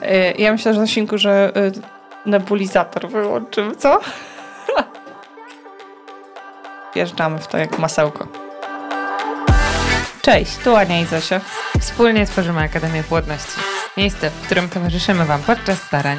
Ja myślę, że Zosinku, że nebulizator wyłączymy, co? Wjeżdżamy w to jak masełko. Cześć, tu Ania i Zosia. Wspólnie tworzymy Akademię Płodności. Miejsce, w którym towarzyszymy Wam podczas starań.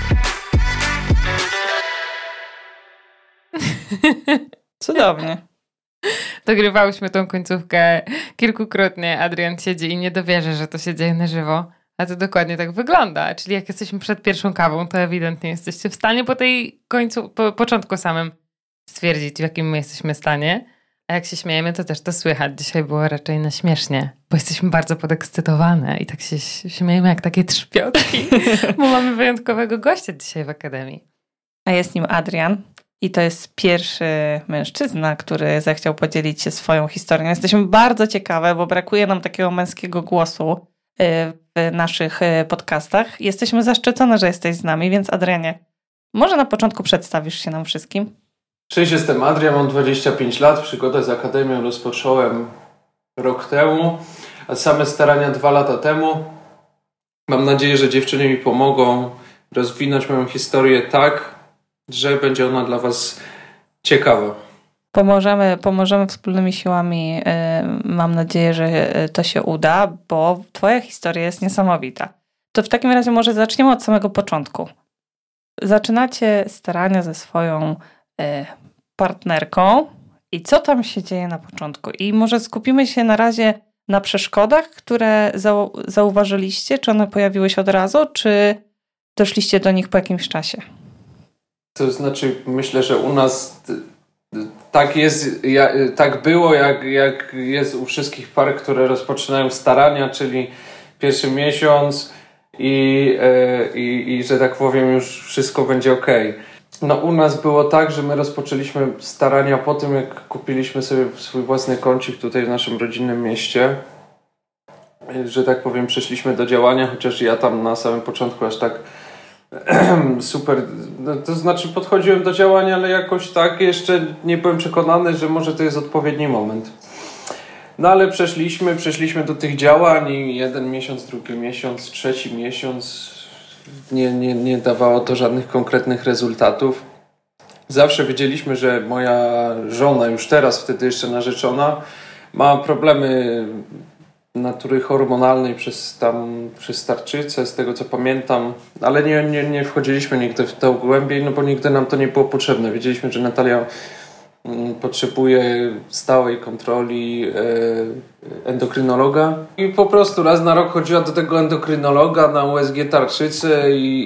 Cudownie. Dogrywałyśmy tą końcówkę kilkukrotnie. Adrian siedzi i nie dowierzy, że to się dzieje na żywo. A to dokładnie tak wygląda. Czyli jak jesteśmy przed pierwszą kawą, to ewidentnie jesteście w stanie po początku samym stwierdzić, w jakim my jesteśmy stanie. A jak się śmiejemy, to też to słychać. Dzisiaj było raczej na śmiesznie, bo jesteśmy bardzo podekscytowane i tak się śmiejemy jak takie trzpiotki, bo mamy wyjątkowego gościa dzisiaj w Akademii. A jest nim Adrian i to jest pierwszy mężczyzna, który zechciał podzielić się swoją historią. Jesteśmy bardzo ciekawe, bo brakuje nam takiego męskiego głosu w naszych podcastach. Jesteśmy zaszczycone, że jesteś z nami, więc Adrianie, może na początku przedstawisz się nam wszystkim? Cześć, jestem Adrian, mam 25 lat. Przygodę z Akademią rozpocząłem rok temu, a same starania 2 lata temu. Mam nadzieję, że dziewczyny mi pomogą rozwinąć moją historię tak, że będzie ona dla Was ciekawa. Pomożemy wspólnymi siłami. Mam nadzieję, że to się uda, bo Twoja historia jest niesamowita. To w takim razie może zaczniemy od samego początku. Zaczynacie starania ze swoją partnerką i co tam się dzieje na początku? I może skupimy się na razie na przeszkodach, które zauważyliście, czy one pojawiły się od razu, czy doszliście do nich po jakimś czasie? To znaczy, myślę, że u nas tak jest, tak było, jak jest u wszystkich par, które rozpoczynają starania, czyli pierwszy miesiąc i że tak powiem już wszystko będzie okej. No u nas było tak, że my rozpoczęliśmy starania po tym, jak kupiliśmy sobie swój własny kącik tutaj w naszym rodzinnym mieście. Że tak powiem, przeszliśmy do działania, chociaż ja tam na samym początku aż tak super, no, to znaczy podchodziłem do działania, ale jakoś tak jeszcze nie byłem przekonany, że może to jest odpowiedni moment. No ale przeszliśmy do tych działań i jeden miesiąc, drugi miesiąc, trzeci miesiąc nie dawało to żadnych konkretnych rezultatów. Zawsze wiedzieliśmy, że moja żona, już teraz wtedy jeszcze narzeczona, ma problemy natury hormonalnej przez tarczycę, z tego co pamiętam, ale nie wchodziliśmy nigdy w to głębiej, no bo nigdy nam to nie było potrzebne. Wiedzieliśmy, że Natalia potrzebuje stałej kontroli endokrynologa i po prostu raz na rok chodziła do tego endokrynologa na USG tarczycy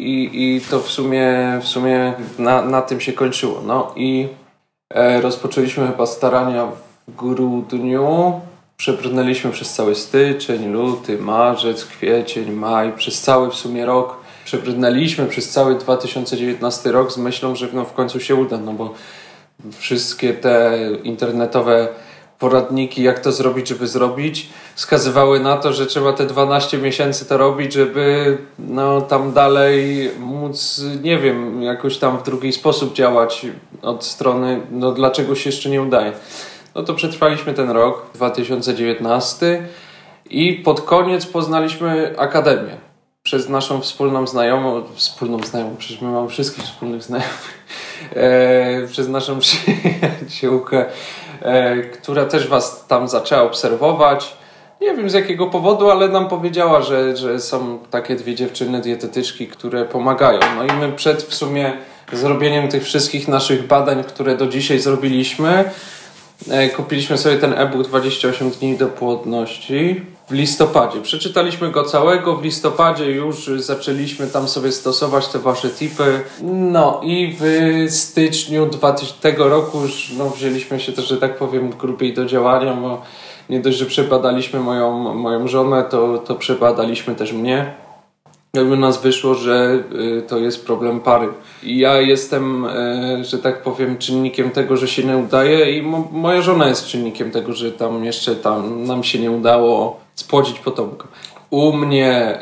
i to w sumie na tym się kończyło. No i rozpoczęliśmy chyba starania w grudniu. Przebrnęliśmy przez cały styczeń, luty, marzec, kwiecień, maj, przez cały w sumie rok. Przebrnęliśmy przez cały 2019 rok z myślą, że w końcu się uda, no bo wszystkie te internetowe poradniki, jak to zrobić, żeby zrobić, wskazywały na to, że trzeba te 12 miesięcy to robić, żeby tam dalej móc, nie wiem, jakoś tam w drugi sposób działać od strony, dlaczego się jeszcze nie udaje. No to przetrwaliśmy ten rok, 2019 i pod koniec poznaliśmy Akademię. Przez naszą wspólną znajomą, przecież my mamy wszystkich wspólnych znajomych, przez naszą przyjaciółkę, która też Was tam zaczęła obserwować. Nie wiem z jakiego powodu, ale nam powiedziała, że są takie 2 dziewczyny dietetyczki, które pomagają. No i my przed w sumie zrobieniem tych wszystkich naszych badań, które do dzisiaj zrobiliśmy, kupiliśmy sobie ten e-book 28 dni do płodności w listopadzie. Przeczytaliśmy go całego, w listopadzie już zaczęliśmy tam sobie stosować te Wasze tipy. No i w styczniu tego roku już wzięliśmy się też, że tak powiem, grubiej do działania, bo nie dość, że przebadaliśmy moją żonę, to przebadaliśmy też mnie. I u nas wyszło, że to jest problem pary. I ja jestem, że tak powiem, czynnikiem tego, że się nie udaje i moja żona jest czynnikiem tego, że nam się nie udało spłodzić potomka. U mnie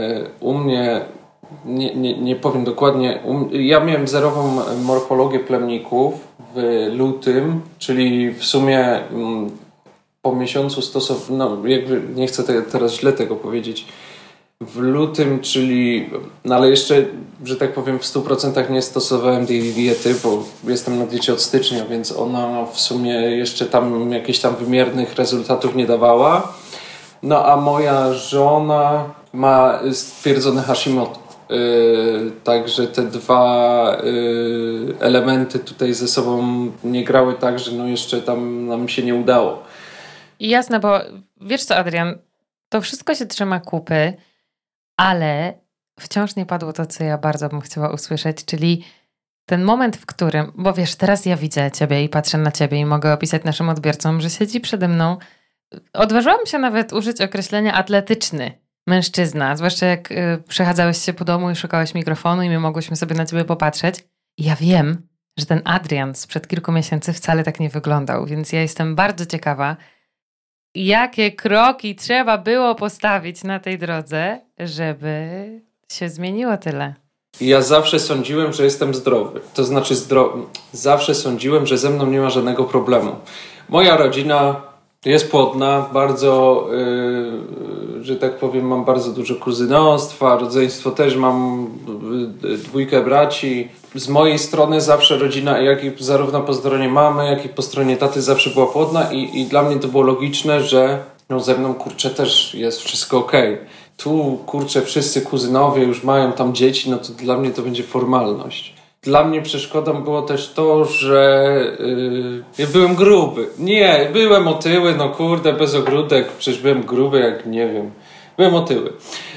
nie powiem dokładnie, ja miałem zerową morfologię plemników w lutym, czyli w sumie po miesiącu stosowania, jakby nie chcę teraz źle tego powiedzieć, w lutym, czyli, no ale jeszcze, że tak powiem, w 100% nie stosowałem tej diety, bo jestem na diecie od stycznia, więc ona w sumie jeszcze tam jakichś tam wymiernych rezultatów nie dawała. No a moja żona ma stwierdzone Hashimoto. Także te dwa elementy tutaj ze sobą nie grały tak, że no jeszcze tam nam się nie udało. Jasne, bo wiesz co, Adrian, to wszystko się trzyma kupy, ale wciąż nie padło to, co ja bardzo bym chciała usłyszeć, czyli ten moment, w którym, bo wiesz, teraz ja widzę ciebie i patrzę na ciebie i mogę opisać naszym odbiorcom, że siedzi przede mną, odważyłam się nawet użyć określenia atletyczny mężczyzna, zwłaszcza jak przechadzałeś się po domu i szukałeś mikrofonu i my mogłyśmy sobie na ciebie popatrzeć. I ja wiem, że ten Adrian sprzed kilku miesięcy wcale tak nie wyglądał, więc ja jestem bardzo ciekawa, jakie kroki trzeba było postawić na tej drodze, żeby się zmieniło tyle. Ja zawsze sądziłem, że jestem zdrowy. To znaczy zawsze sądziłem, że ze mną nie ma żadnego problemu. Moja rodzina jest płodna, bardzo, że tak powiem, mam bardzo dużo kuzynostwa, rodzeństwo też mam 2 braci. Z mojej strony zawsze rodzina, jak i zarówno po stronie mamy, jak i po stronie taty zawsze była płodna i dla mnie to było logiczne, że no ze mną, kurczę, też jest wszystko okej. Tu, kurczę, wszyscy kuzynowie już mają tam dzieci, no to dla mnie to będzie formalność. Dla mnie przeszkodą było też to, że ja byłem gruby. Nie, byłem otyły, no kurde, bez ogródek, przecież byłem gruby jak nie wiem. Byłem otyły.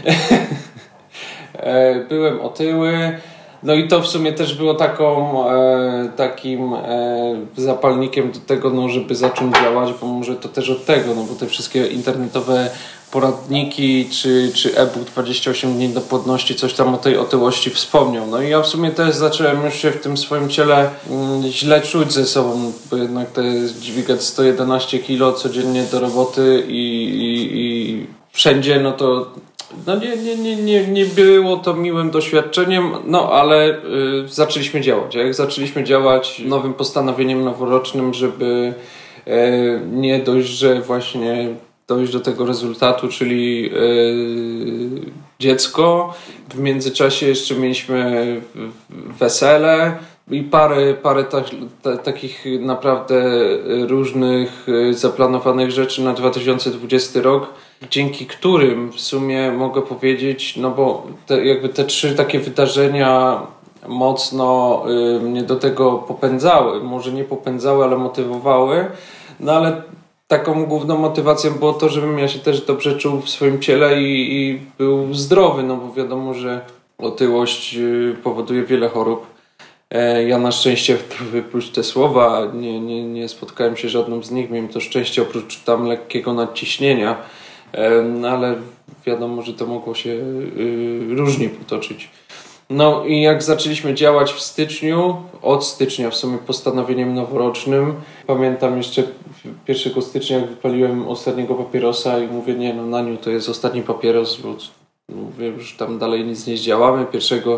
Byłem otyły. No i to w sumie też było takim zapalnikiem do tego, no, żeby zacząć działać, bo może to też od tego, no bo te wszystkie internetowe poradniki czy e-book 28 dni do płodności coś tam o tej otyłości wspomniał. No i ja w sumie też zacząłem już się w tym swoim ciele źle czuć ze sobą, bo jednak te dźwigać 111 kilo codziennie do roboty i wszędzie, no to no nie było to miłym doświadczeniem, no ale zaczęliśmy działać. A jak zaczęliśmy działać nowym postanowieniem noworocznym, żeby nie dość, że właśnie dojść do tego rezultatu, czyli dziecko. W międzyczasie jeszcze mieliśmy wesele i parę takich naprawdę różnych zaplanowanych rzeczy na 2020 rok, dzięki którym w sumie mogę powiedzieć, no bo te 3 takie wydarzenia mocno mnie do tego popędzały. Może nie popędzały, ale motywowały. No ale taką główną motywacją było to, żebym ja się też dobrze czuł w swoim ciele i był zdrowy, no bo wiadomo, że otyłość powoduje wiele chorób. Ja na szczęście, wypluć te słowa, nie spotkałem się z żadną z nich, miałem to szczęście oprócz tam lekkiego nadciśnienia, no ale wiadomo, że to mogło się różnie potoczyć. No i jak zaczęliśmy działać w styczniu, od stycznia w sumie postanowieniem noworocznym, pamiętam jeszcze 1 stycznia, jak wypaliłem ostatniego papierosa i mówię, nie no Naniu, to jest ostatni papieros, bo mówię, już tam dalej nic nie zdziałamy.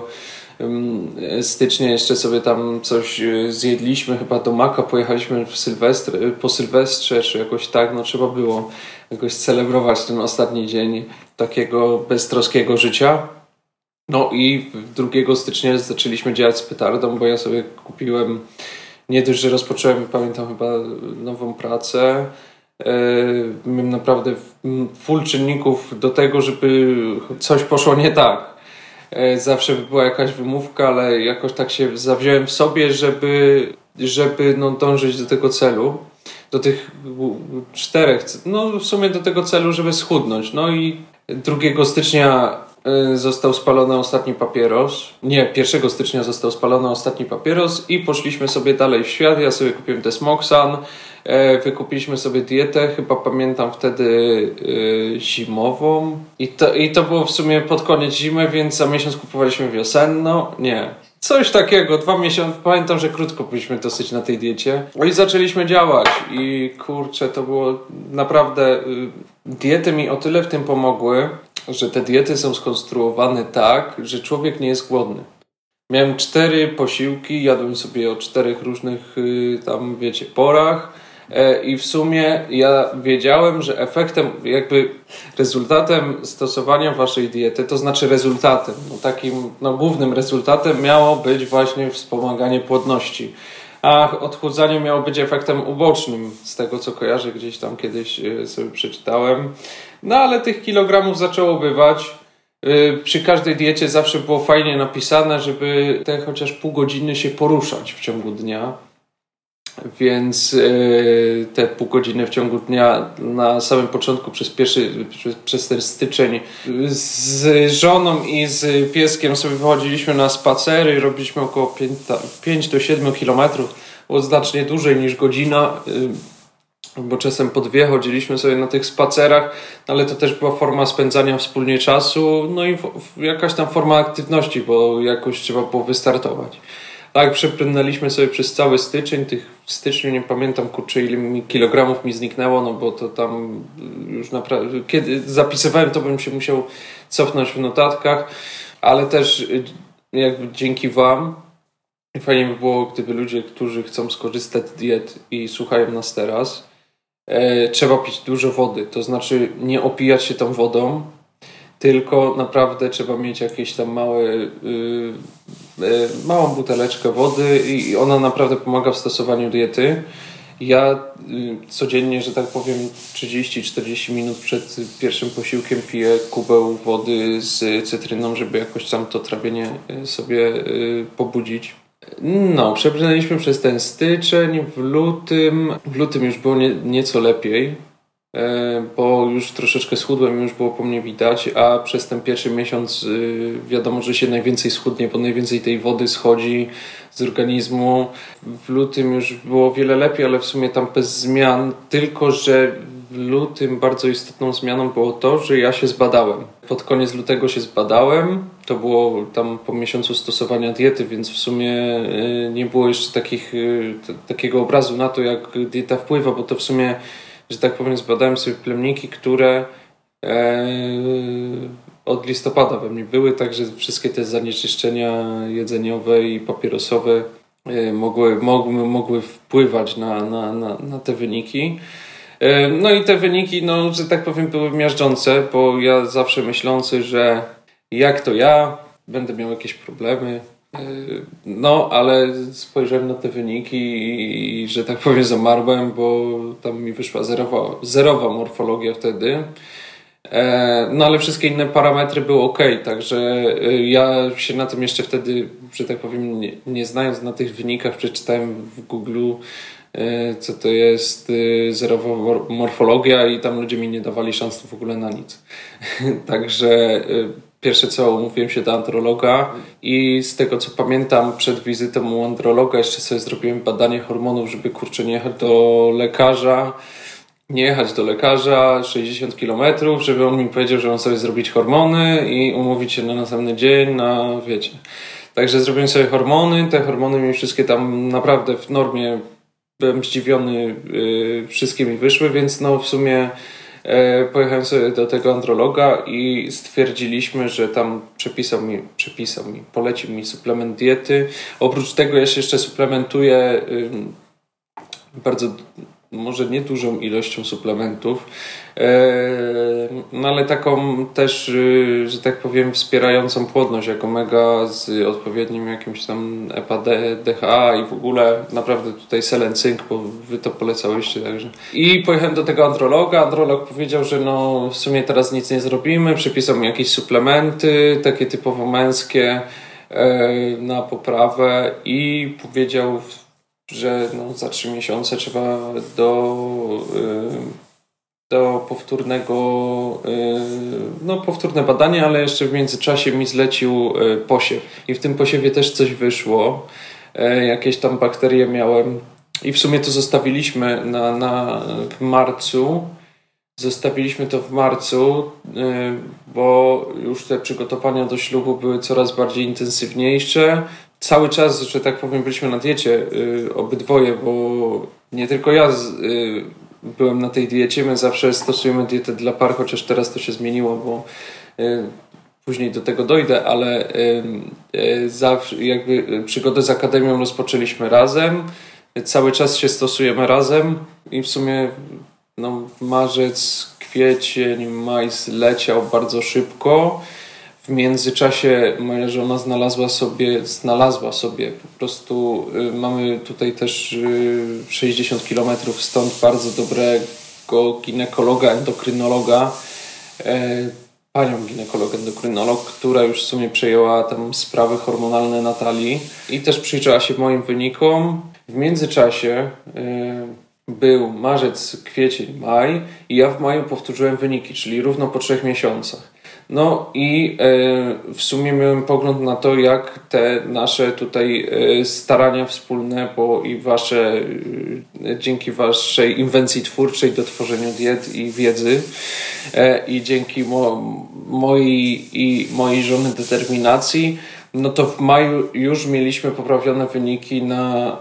1 stycznia jeszcze sobie tam coś zjedliśmy, chyba do Maka, pojechaliśmy po Sylwestrze, czy jakoś tak, no trzeba było jakoś celebrować ten ostatni dzień takiego beztroskiego życia. No i 2 stycznia zaczęliśmy działać z petardą, bo ja sobie kupiłem, nie dość, że rozpocząłem, pamiętam chyba nową pracę, miałem naprawdę full czynników do tego, żeby coś poszło nie tak. Zawsze była jakaś wymówka, ale jakoś tak się zawziąłem w sobie, żeby no, dążyć do tego celu, do tych 4, no w sumie do tego celu, żeby schudnąć. No i 2 stycznia został spalony ostatni papieros. Nie, 1 stycznia został spalony ostatni papieros i poszliśmy sobie dalej w świat. Ja sobie kupiłem Desmoxan, wykupiliśmy sobie dietę, chyba pamiętam wtedy zimową. I to było w sumie pod koniec zimy, więc za miesiąc kupowaliśmy wiosenną. Nie, coś takiego, 2 miesiące. Pamiętam, że krótko byliśmy dosyć na tej diecie. No i zaczęliśmy działać i kurczę, to było naprawdę... Diety mi o tyle w tym pomogły, że te diety są skonstruowane tak, że człowiek nie jest głodny. Miałem 4 posiłki, jadłem sobie o 4 różnych tam, wiecie, porach. I w sumie ja wiedziałem, że efektem, jakby rezultatem stosowania waszej diety, to znaczy rezultatem, takim głównym rezultatem miało być właśnie wspomaganie płodności. A odchudzanie miało być efektem ubocznym, z tego co kojarzę, gdzieś tam kiedyś sobie przeczytałem. No ale tych kilogramów zaczęło bywać. Przy każdej diecie zawsze było fajnie napisane, żeby te chociaż pół godziny się poruszać w ciągu dnia. Więc te pół godziny w ciągu dnia na samym początku przez ten styczeń z żoną i z pieskiem sobie wychodziliśmy na spacery, robiliśmy około 5 do 7 kilometrów, było znacznie dłużej niż godzina, bo czasem po 2 chodziliśmy sobie na tych spacerach, ale to też była forma spędzania wspólnie czasu, no i jakaś tam forma aktywności, bo jakoś trzeba było wystartować. Tak, przebrnęliśmy sobie przez cały styczeń. W styczniu nie pamiętam, ile kilogramów mi zniknęło, no bo to tam już naprawdę... Kiedy zapisywałem, to bym się musiał cofnąć w notatkach, ale też jakby dzięki wam fajnie by było, gdyby ludzie, którzy chcą skorzystać z diet i słuchają nas teraz, trzeba pić dużo wody, to znaczy nie opijać się tą wodą, tylko naprawdę trzeba mieć jakieś tam małą buteleczkę wody i ona naprawdę pomaga w stosowaniu diety. Ja codziennie, że tak powiem, 30-40 minut przed pierwszym posiłkiem piję kubeł wody z cytryną, żeby jakoś tam to trawienie sobie pobudzić. No, przebrnęliśmy przez ten styczeń, w lutym już było nieco lepiej, bo już troszeczkę schudłem, już było po mnie widać, a przez ten pierwszy miesiąc wiadomo, że się najwięcej schudnie, bo najwięcej tej wody schodzi z organizmu. W lutym już było wiele lepiej, ale w sumie tam bez zmian, tylko że w lutym bardzo istotną zmianą było to, że ja się zbadałem. Pod koniec lutego się zbadałem, to było tam po miesiącu stosowania diety, więc w sumie nie było jeszcze takiego obrazu na to, jak dieta wpływa, bo to w sumie, że tak powiem, zbadałem sobie plemniki, które od listopada we mnie były, także wszystkie te zanieczyszczenia jedzeniowe i papierosowe mogły wpływać na te wyniki. No i te wyniki, że tak powiem, były miażdżące, bo ja zawsze myślący, że jak to ja będę miał jakieś problemy, ale spojrzałem na te wyniki i że tak powiem zamarłem, bo tam mi wyszła zerowa morfologia wtedy. Ale wszystkie inne parametry były ok, także ja się na tym jeszcze wtedy, że tak powiem, nie znając na tych wynikach, przeczytałem w Google, co to jest zerowa morfologia i tam ludzie mi nie dawali szans w ogóle na nic. Także pierwsze co, umówiłem się do androloga i z tego co pamiętam, przed wizytą u androloga jeszcze sobie zrobiłem badanie hormonów, żeby nie jechać do lekarza 60 km, żeby on mi powiedział, że mam sobie zrobić hormony i umówić się na następny dzień, wiecie. Także zrobiłem sobie hormony, te hormony mi wszystkie tam naprawdę w normie, byłem zdziwiony, wszystkie mi wyszły, więc w sumie pojechałem sobie do tego androloga i stwierdziliśmy, że tam polecił mi suplement diety. Oprócz tego ja się jeszcze suplementuję bardzo, może nie dużą ilością suplementów, ale taką też, że tak powiem, wspierającą płodność, jak omega z odpowiednim jakimś tam EPA-DHA i w ogóle naprawdę tutaj selen, cynk, bo wy to polecałyście także. I pojechałem do tego androloga. Androlog powiedział, że w sumie teraz nic nie zrobimy, przepisał mi jakieś suplementy, takie typowo męskie na poprawę i powiedział, że za 3 miesiące trzeba do powtórne badanie, ale jeszcze w międzyczasie mi zlecił posiew. I w tym posiewie też coś wyszło. Jakieś tam bakterie miałem. I w sumie to zostawiliśmy w marcu. Zostawiliśmy to w marcu, bo już te przygotowania do ślubu były coraz bardziej intensywniejsze. Cały czas, że tak powiem, byliśmy na diecie obydwoje, bo nie tylko ja byłem na tej diecie, my zawsze stosujemy dietę dla par, chociaż teraz to się zmieniło, bo później do tego dojdę, ale zawsze jakby przygodę z Akademią rozpoczęliśmy razem. cały czas się stosujemy razem i w sumie marzec, kwiecień, maj leciał bardzo szybko. W międzyczasie moja żona znalazła sobie po prostu, mamy tutaj też 60 km stąd bardzo dobrego ginekologa, endokrynologa, panią ginekolog-endokrynolog, która już w sumie przejęła tam sprawy hormonalne Natalii i też przyjrzała się moim wynikom. W międzyczasie był marzec, kwiecień, maj i ja w maju powtórzyłem wyniki, czyli równo po 3 miesiącach. No i w sumie miałem pogląd na to, jak te nasze tutaj starania wspólne, bo i dzięki waszej inwencji twórczej do tworzenia diet i wiedzy i dzięki mojej żony determinacji, no to w maju już mieliśmy poprawione wyniki na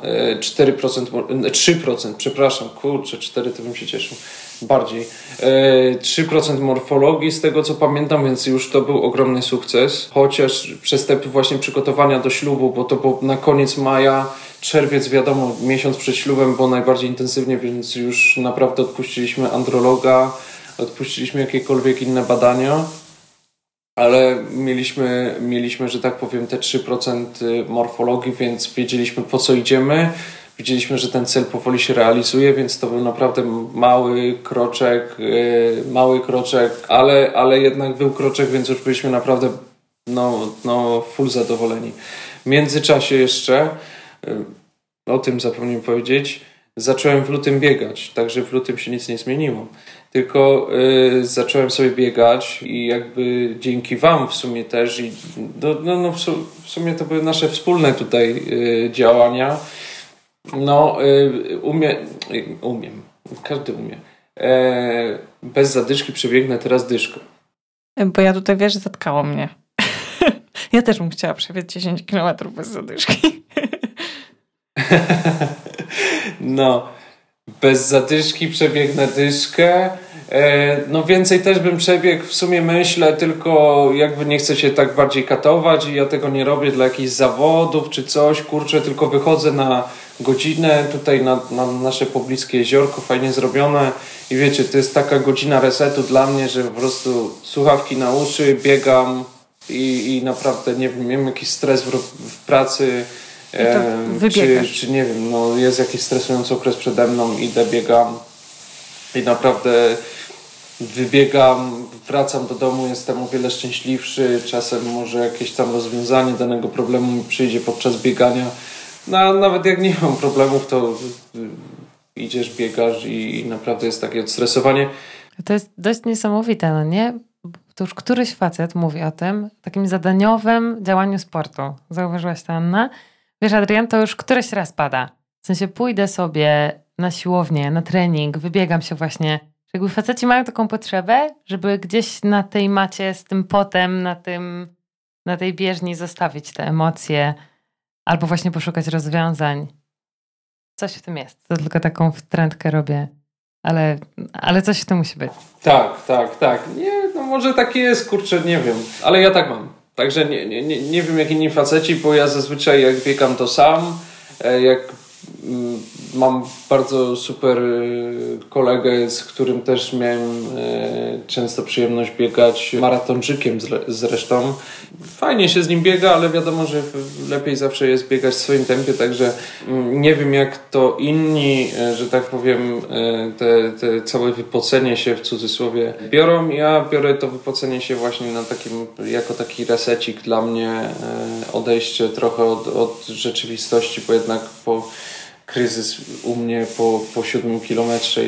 3%, przepraszam, kurczę, 4 to bym się cieszył. Bardziej. 3% morfologii z tego co pamiętam, więc już to był ogromny sukces. Chociaż przez te właśnie przygotowania do ślubu, bo to było na koniec maja, czerwiec wiadomo, miesiąc przed ślubem było najbardziej intensywnie, więc już naprawdę odpuściliśmy androloga, odpuściliśmy jakiekolwiek inne badania. Ale mieliśmy, że tak powiem, te 3% morfologii, więc wiedzieliśmy po co idziemy. Widzieliśmy, że ten cel powoli się realizuje, więc to był naprawdę mały kroczek, ale jednak był kroczek, więc już byliśmy naprawdę full zadowoleni. W międzyczasie jeszcze, o tym zapomniałem powiedzieć, zacząłem w lutym biegać, także w lutym się nic nie zmieniło. Tylko zacząłem sobie biegać i jakby dzięki wam w sumie też i w sumie to były nasze wspólne tutaj działania. Umiem. Każdy umie. Bez zadyszki przebiegnę teraz dyszką. Bo ja tutaj, wiesz, zatkało mnie. Ja też bym chciała przebiec 10 km bez zadyszki. Bez zadyszki przebiegnę dyszkę. Więcej też bym przebiegł, w sumie myślę, tylko jakby nie chcę się tak bardziej katować i ja tego nie robię dla jakichś zawodów czy coś, kurczę, tylko wychodzę na godzinę tutaj na nasze pobliskie jeziorko, fajnie zrobione i wiecie, to jest taka godzina resetu dla mnie, że po prostu słuchawki na uszy, biegam i naprawdę nie wiem, jakiś stres w pracy, czy nie wiem, jest jakiś stresujący okres przede mną, idę, biegam i naprawdę wybiegam, wracam do domu, jestem o wiele szczęśliwszy, czasem może jakieś tam rozwiązanie danego problemu mi przyjdzie podczas biegania. Nawet jak nie mam problemów, to idziesz, biegasz i naprawdę jest takie odstresowanie. To jest dość niesamowite, no nie? To już któryś facet mówi o tym, takim zadaniowym działaniu sportu. Zauważyłaś to, Anna? Wiesz, Adrian, to już któryś raz pada. W sensie pójdę sobie na siłownię, na trening, wybiegam się właśnie. Jakby faceci mają taką potrzebę, żeby gdzieś na tej macie z tym potem, na tej bieżni zostawić te emocje albo właśnie poszukać rozwiązań. Coś w tym jest. To tylko taką wtrętkę robię. Ale coś w tym musi być. Tak. Nie, może tak jest, kurczę, nie wiem. Ale ja tak mam. Także nie wiem jak inni faceci, bo ja zazwyczaj jak biegam to sam. Jak mam bardzo super kolegę, z którym też miałem często przyjemność biegać, maratonczykiem zresztą. Fajnie się z nim biega, ale wiadomo, że lepiej zawsze jest biegać w swoim tempie, także nie wiem jak to inni, że tak powiem, te całe wypocenie się w cudzysłowie biorą. Ja biorę to wypocenie się właśnie na takim, jako taki resecik dla mnie, odejście trochę od rzeczywistości, bo jednak kryzys u mnie po 7 kilometrze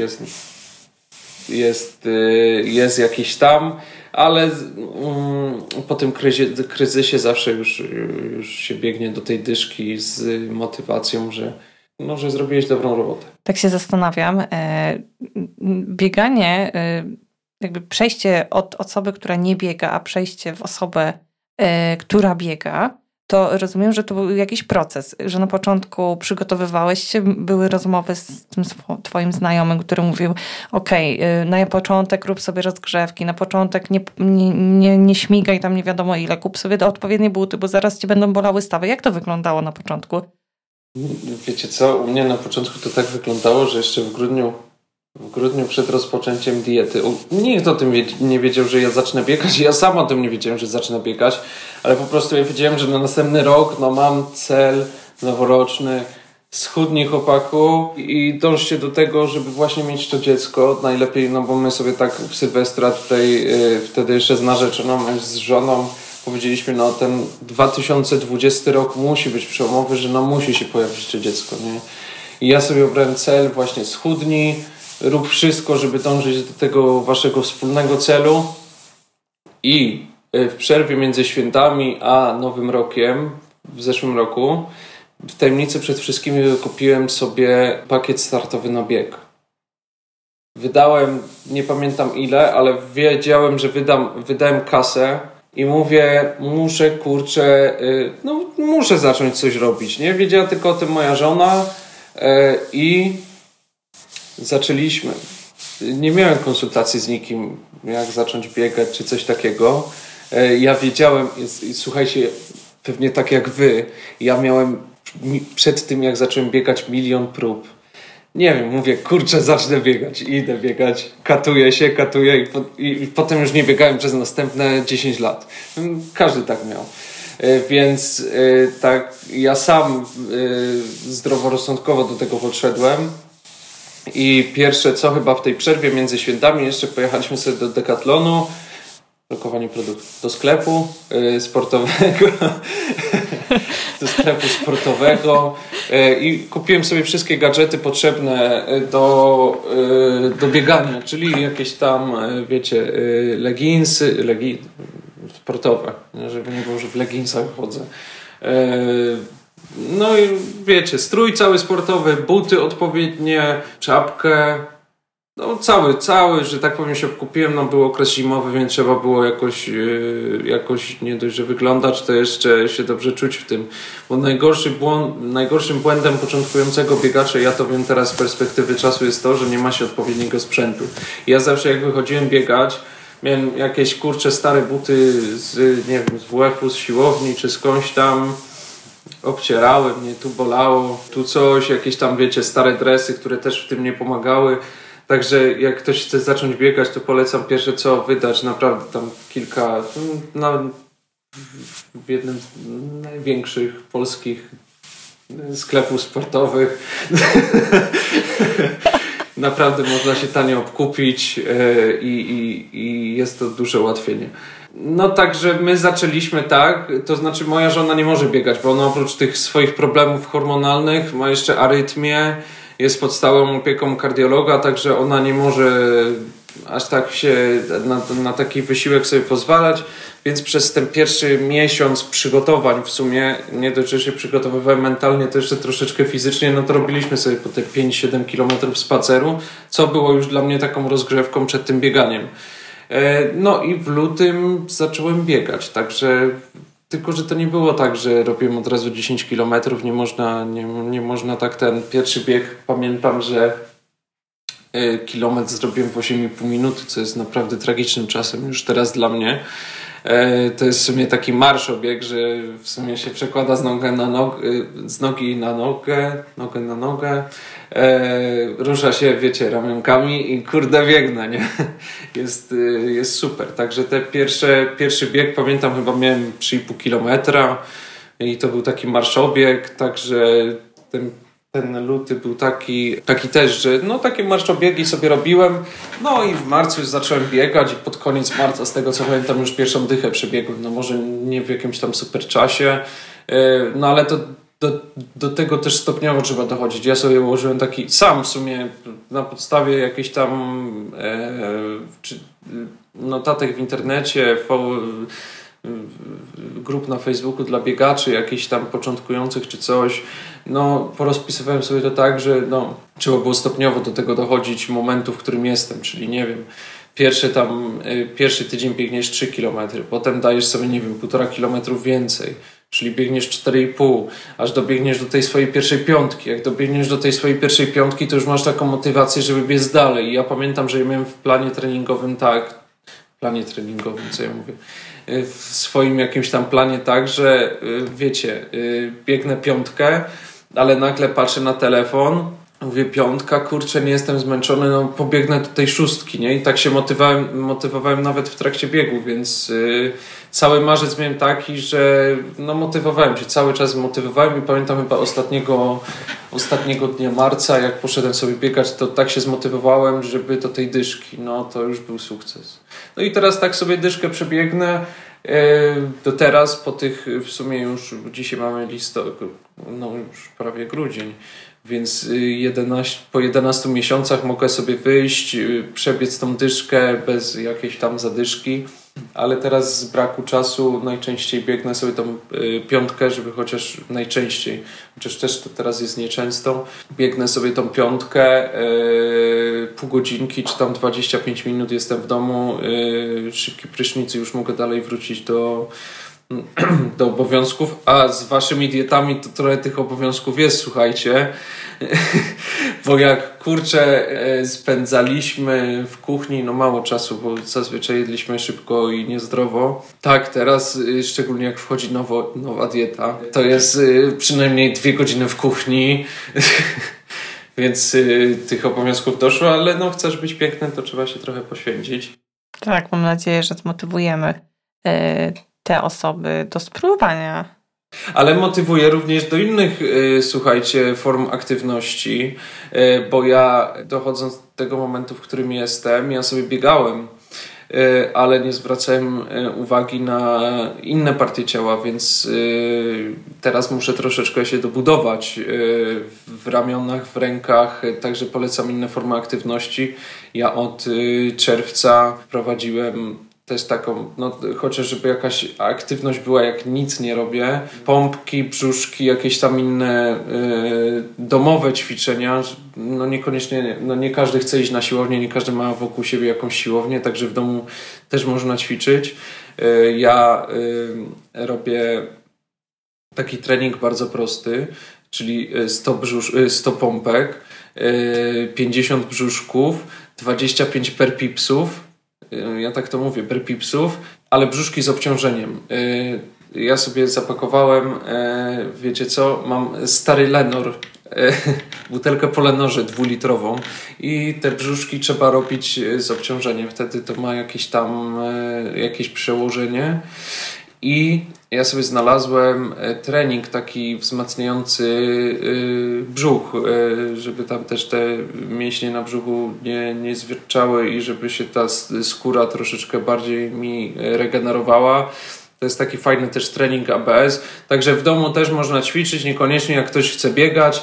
jest jakiś tam, ale po tym kryzysie zawsze już się biegnie do tej dyszki z motywacją, że zrobiłeś dobrą robotę. Tak się zastanawiam. Bieganie, jakby przejście od osoby, która nie biega, a przejście w osobę, która biega, to rozumiem, że to był jakiś proces, że na początku przygotowywałeś się, były rozmowy z tym twoim znajomym, który mówił, na początek rób sobie rozgrzewki, na początek nie śmigaj tam nie wiadomo ile, kup sobie odpowiednie buty, bo zaraz cię będą bolały stawy. Jak to wyglądało na początku? Wiecie co, u mnie na początku to tak wyglądało, że jeszcze w grudniu przed rozpoczęciem diety, nikt o tym nie wiedział, że ja zacznę biegać, ja sam o tym nie wiedziałem, że zacznę biegać, ale po prostu ja wiedziałem, że na następny rok mam cel noworoczny, schudnij chłopaku i dążcie do tego, żeby właśnie mieć to dziecko, najlepiej, bo my sobie tak w Sylwestra tutaj wtedy jeszcze z narzeczoną, z żoną powiedzieliśmy, ten 2020 rok musi być przełomowy, że musi się pojawić to dziecko, nie? I ja sobie obrałem cel właśnie schudnij, rób wszystko, żeby dążyć do tego waszego wspólnego celu i w przerwie między świętami a Nowym Rokiem w zeszłym roku w tajemnicy przed wszystkimi kupiłem sobie pakiet startowy na bieg. Wydałem, nie pamiętam ile, ale wiedziałem, że wydałem kasę i mówię, muszę zacząć coś robić, nie? Wiedziała tylko o tym moja żona i zaczęliśmy. Nie miałem konsultacji z nikim, jak zacząć biegać czy coś takiego. Ja wiedziałem, słuchajcie, pewnie tak jak wy, ja miałem przed tym, jak zacząłem biegać, 1 000 000 prób. Nie wiem, mówię, zacznę biegać, idę biegać, katuję i potem już nie biegałem przez następne 10 lat. Każdy tak miał. Więc tak, ja sam zdroworozsądkowo do tego podszedłem i pierwsze co, chyba w tej przerwie między świętami jeszcze pojechaliśmy sobie do Decathlonu, lokowanie produktów, do sklepu sportowego i kupiłem sobie wszystkie gadżety potrzebne do biegania, czyli jakieś tam, wiecie, leginsy sportowe, żeby nie było, że w leginsach chodzę. No i wiecie, strój cały sportowy, buty odpowiednie, czapkę. No cały, że tak powiem, się obkupiłem. Był okres zimowy, więc trzeba było jakoś nie dość, że wyglądać, to jeszcze się dobrze czuć w tym. Bo najgorszym błędem początkującego biegacza, ja to wiem teraz z perspektywy czasu, jest to, że nie ma się odpowiedniego sprzętu. Ja zawsze jak wychodziłem biegać, miałem jakieś stare buty z WF-u, z siłowni czy skądś tam. Obcierały mnie, tu bolało, tu coś, jakieś tam, wiecie, stare dresy, które też w tym nie pomagały. Także jak ktoś chce zacząć biegać, to polecam pierwsze co wydać naprawdę tam kilka, w jednym z największych polskich sklepów sportowych. Naprawdę można się tanio obkupić i jest to duże ułatwienie. No także my zaczęliśmy tak, to znaczy moja żona nie może biegać, bo ona oprócz tych swoich problemów hormonalnych ma jeszcze arytmię, jest pod stałą opieką kardiologa, także ona nie może aż tak się na taki wysiłek sobie pozwalać, więc przez ten pierwszy miesiąc przygotowań w sumie, nie dość, że się przygotowywałem mentalnie, to jeszcze troszeczkę fizycznie, to robiliśmy sobie po te 5-7 kilometrów spaceru, co było już dla mnie taką rozgrzewką przed tym bieganiem. No i w lutym zacząłem biegać, także tylko, że to nie było tak, że robiłem od razu 10 kilometrów, nie można tak ten pierwszy bieg, pamiętam, że kilometr zrobiłem w 8,5 minuty, co jest naprawdę tragicznym czasem już teraz dla mnie. To jest w sumie taki marszobieg, że w sumie się przekłada z nogi na nogę, rusza się, wiecie, ramionkami i biegnę, nie? Jest super. Także te pierwszy bieg, pamiętam, chyba miałem 3,5 kilometra i to był taki marszobieg, także ten luty był taki też, że takie marszobiegi sobie robiłem, no i w marcu już zacząłem biegać i pod koniec marca, z tego co pamiętam, już pierwszą dychę przebiegłem, może nie w jakimś tam super czasie, ale to do tego też stopniowo trzeba dochodzić. Ja sobie ułożyłem taki sam w sumie na podstawie jakichś tam notatek w internecie, grup na Facebooku dla biegaczy, jakichś tam początkujących czy coś. Porozpisywałem sobie to tak, że trzeba było stopniowo do tego dochodzić momentu, w którym jestem, czyli nie wiem, pierwszy tydzień biegniesz 3 km, potem dajesz sobie, nie wiem, 1,5 km więcej, czyli biegniesz 4,5, aż dobiegniesz do tej swojej pierwszej piątki. Jak dobiegniesz do tej swojej pierwszej piątki, to już masz taką motywację, żeby biec dalej. I ja pamiętam, że ja miałem w planie treningowym co ja mówię, w swoim jakimś tam planie tak, że wiecie, biegnę 5 ale nagle patrzę na telefon, mówię 5, kurczę, nie jestem zmęczony, no pobiegnę do tej 6, nie? I tak się motywowałem nawet w trakcie biegu, więc cały marzec miałem taki, że no motywowałem się, cały czas motywowałem i pamiętam chyba ostatniego dnia marca, jak poszedłem sobie biegać, to tak się zmotywowałem, żeby do tej dyszki, no to już był sukces. No i teraz tak sobie dyszkę przebiegnę, do teraz po tych w sumie już dzisiaj mamy no już prawie grudzień, więc po 11 miesiącach mogę sobie wyjść, przebiec tą dyszkę bez jakiejś tam zadyszki, ale teraz z braku czasu najczęściej biegnę sobie tą 5, żeby chociaż najczęściej, chociaż też to teraz jest nieczęsto, biegnę sobie tą 5, pół godzinki czy tam 25 minut jestem w domu, szybki prysznic i już mogę dalej wrócić do obowiązków, a z waszymi dietami to trochę tych obowiązków jest, słuchajcie, bo jak kurczę spędzaliśmy w kuchni no mało czasu, bo zazwyczaj jedliśmy szybko i niezdrowo. Tak, teraz szczególnie jak wchodzi nowa dieta, to jest przynajmniej 2 godziny w kuchni, więc tych obowiązków doszło, ale no chcesz być piękny, to trzeba się trochę poświęcić. Tak, mam nadzieję, że zmotywujemy te osoby do spróbowania. Ale motywuję również do innych, słuchajcie, form aktywności, bo ja dochodząc do tego momentu, w którym jestem, ja sobie biegałem, ale nie zwracałem uwagi na inne partie ciała, więc teraz muszę troszeczkę się dobudować w ramionach, w rękach, także polecam inne formy aktywności. Ja od czerwca wprowadziłem też taką, no chociaż żeby jakaś aktywność była, jak nic nie robię. Pompki, brzuszki, jakieś tam inne domowe ćwiczenia. No niekoniecznie, no nie każdy chce iść na siłownię, nie każdy ma wokół siebie jakąś siłownię, także w domu też można ćwiczyć. Ja robię taki trening bardzo prosty, czyli 100 pompek, 50 brzuszków, 25 burpeesów. Ja tak to mówię, burpeesów, ale brzuszki z obciążeniem. Ja sobie zapakowałem, wiecie co, mam stary Lenor, butelkę po Lenorze 2-litrową i te brzuszki trzeba robić z obciążeniem. Wtedy to ma jakieś przełożenie. I ja sobie znalazłem trening taki wzmacniający brzuch, żeby tam też te mięśnie na brzuchu nie zwierczały i żeby się ta skóra troszeczkę bardziej mi regenerowała. To jest taki fajny też trening ABS. Także w domu też można ćwiczyć, niekoniecznie jak ktoś chce biegać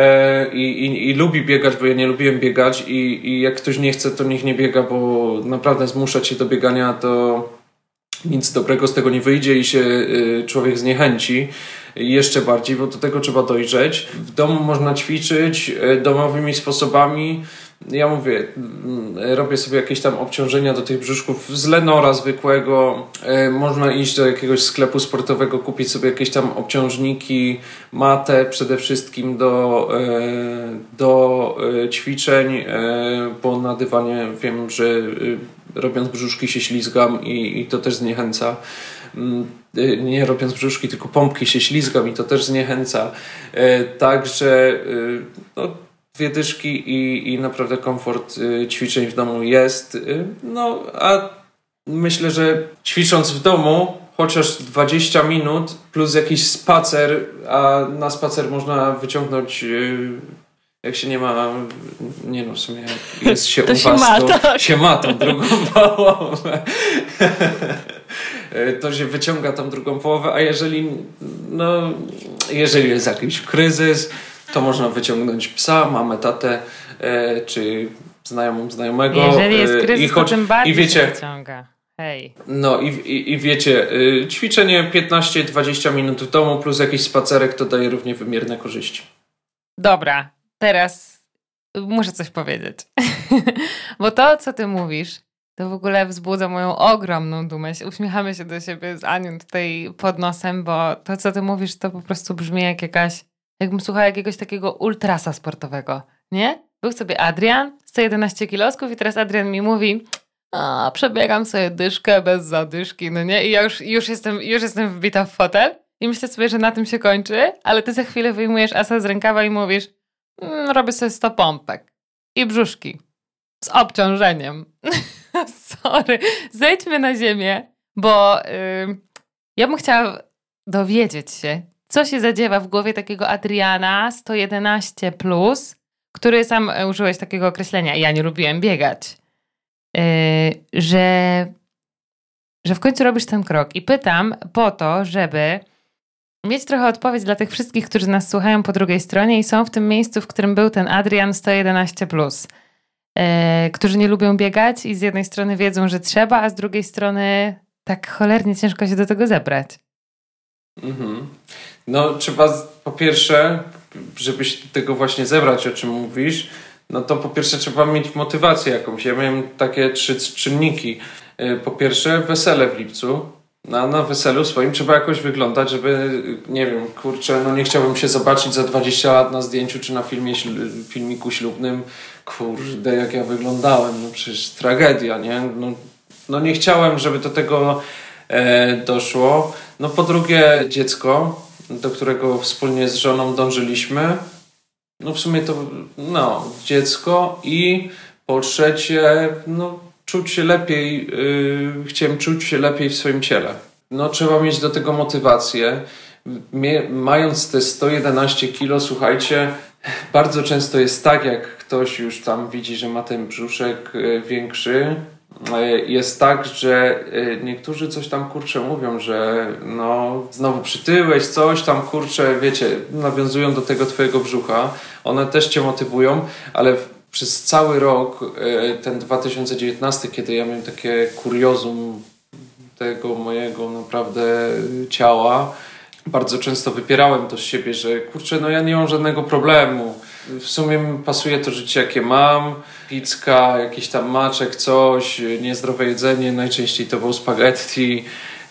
i lubi biegać, bo ja nie lubiłem biegać i jak ktoś nie chce, to niech nie biega, bo naprawdę zmuszać się do biegania to nic dobrego z tego nie wyjdzie i się człowiek zniechęci jeszcze bardziej, bo do tego trzeba dojrzeć. W domu można ćwiczyć domowymi sposobami. Ja mówię, robię sobie jakieś tam obciążenia do tych brzuszków z Lenora zwykłego. Można iść do jakiegoś sklepu sportowego, kupić sobie jakieś tam obciążniki, matę przede wszystkim do ćwiczeń, bo na dywanie wiem, że robiąc brzuszki się ślizgam i to też zniechęca. Nie robiąc brzuszki, tylko pompki się ślizgam i to też zniechęca. Także no, 2 dyszki i naprawdę komfort ćwiczeń w domu jest. No, a myślę, że ćwicząc w domu chociaż 20 minut plus jakiś spacer, a na spacer można wyciągnąć, jak się nie ma, nie no w sumie jest się to u się was, ma, to tak. się ma tą drugą połowę. To się wyciąga tą drugą połowę, a jeżeli jest jakiś kryzys, to można wyciągnąć psa, mamę, tatę, czy znajomego. Jeżeli jest kryzys, to tym bardziej się wyciąga. Hej. No i wiecie, ćwiczenie 15-20 minut w domu plus jakiś spacerek to daje równie wymierne korzyści. Dobra, teraz muszę coś powiedzieć. Bo to, co ty mówisz, to w ogóle wzbudza moją ogromną dumę. Uśmiechamy się do siebie z Anią tutaj pod nosem, bo to, co ty mówisz, to po prostu brzmi jak jakbym słuchała jakiegoś takiego ultrasa sportowego, nie? Był sobie Adrian, 111 kilosków i teraz Adrian mi mówi, przebiegam sobie dyszkę bez zadyszki, no nie? I ja już jestem wbita w fotel i myślę sobie, że na tym się kończy, ale ty za chwilę wyjmujesz asa z rękawa i mówisz, robię sobie 100 pompek i brzuszki z obciążeniem. Sorry, zejdźmy na ziemię, bo ja bym chciała dowiedzieć się, co się zadziewa w głowie takiego Adriana 111+, który sam użyłeś takiego określenia. Ja nie lubiłem biegać. Że w końcu robisz ten krok. I pytam po to, żeby mieć trochę odpowiedź dla tych wszystkich, którzy nas słuchają po drugiej stronie i są w tym miejscu, w którym był ten Adrian 111+. Którzy nie lubią biegać i z jednej strony wiedzą, że trzeba, a z drugiej strony tak cholernie ciężko się do tego zebrać. No trzeba po pierwsze, żeby się do tego właśnie zebrać, o czym mówisz, no to po pierwsze trzeba mieć motywację jakąś. Ja miałem takie 3 czynniki. Po pierwsze wesele w lipcu. Na weselu swoim trzeba jakoś wyglądać, żeby, nie wiem, kurczę, no nie chciałbym się zobaczyć za 20 lat na zdjęciu czy na filmiku ślubnym. Kurde, jak ja wyglądałem, no przecież tragedia, nie? No nie chciałem, żeby do tego doszło. No po drugie dziecko, do którego wspólnie z żoną dążyliśmy. No w sumie to, dziecko i po trzecie, czuć się lepiej, chciałem czuć się lepiej w swoim ciele. No trzeba mieć do tego motywację. Mając te 111 kilo, słuchajcie, bardzo często jest tak, jak ktoś już tam widzi, że ma ten brzuszek większy, jest tak, że niektórzy coś tam kurczę mówią, że znowu przytyłeś, coś tam kurczę, wiecie, nawiązują do tego twojego brzucha. One też cię motywują, ale przez cały rok, ten 2019, kiedy ja miałem takie kuriozum tego mojego naprawdę ciała, bardzo często wypierałem to z siebie, że kurczę, ja nie mam żadnego problemu. W sumie mi pasuje to życie, jakie mam. Pizzka, jakiś tam maczek, coś, niezdrowe jedzenie, najczęściej to było spaghetti.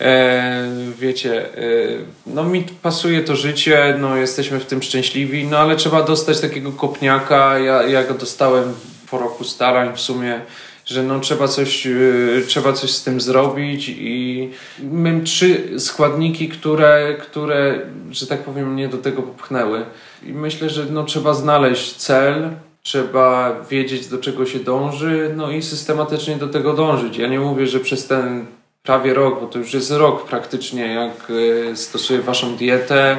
Wiecie, mi pasuje to życie, jesteśmy w tym szczęśliwi, ale trzeba dostać takiego kopniaka. Ja go dostałem po roku starań w sumie, że trzeba coś z tym zrobić i mam 3 składniki, które, że tak powiem, mnie do tego popchnęły. I myślę, że trzeba znaleźć cel, trzeba wiedzieć, do czego się dąży, i systematycznie do tego dążyć. Ja nie mówię, że przez ten prawie rok, bo to już jest rok praktycznie, jak stosuję waszą dietę,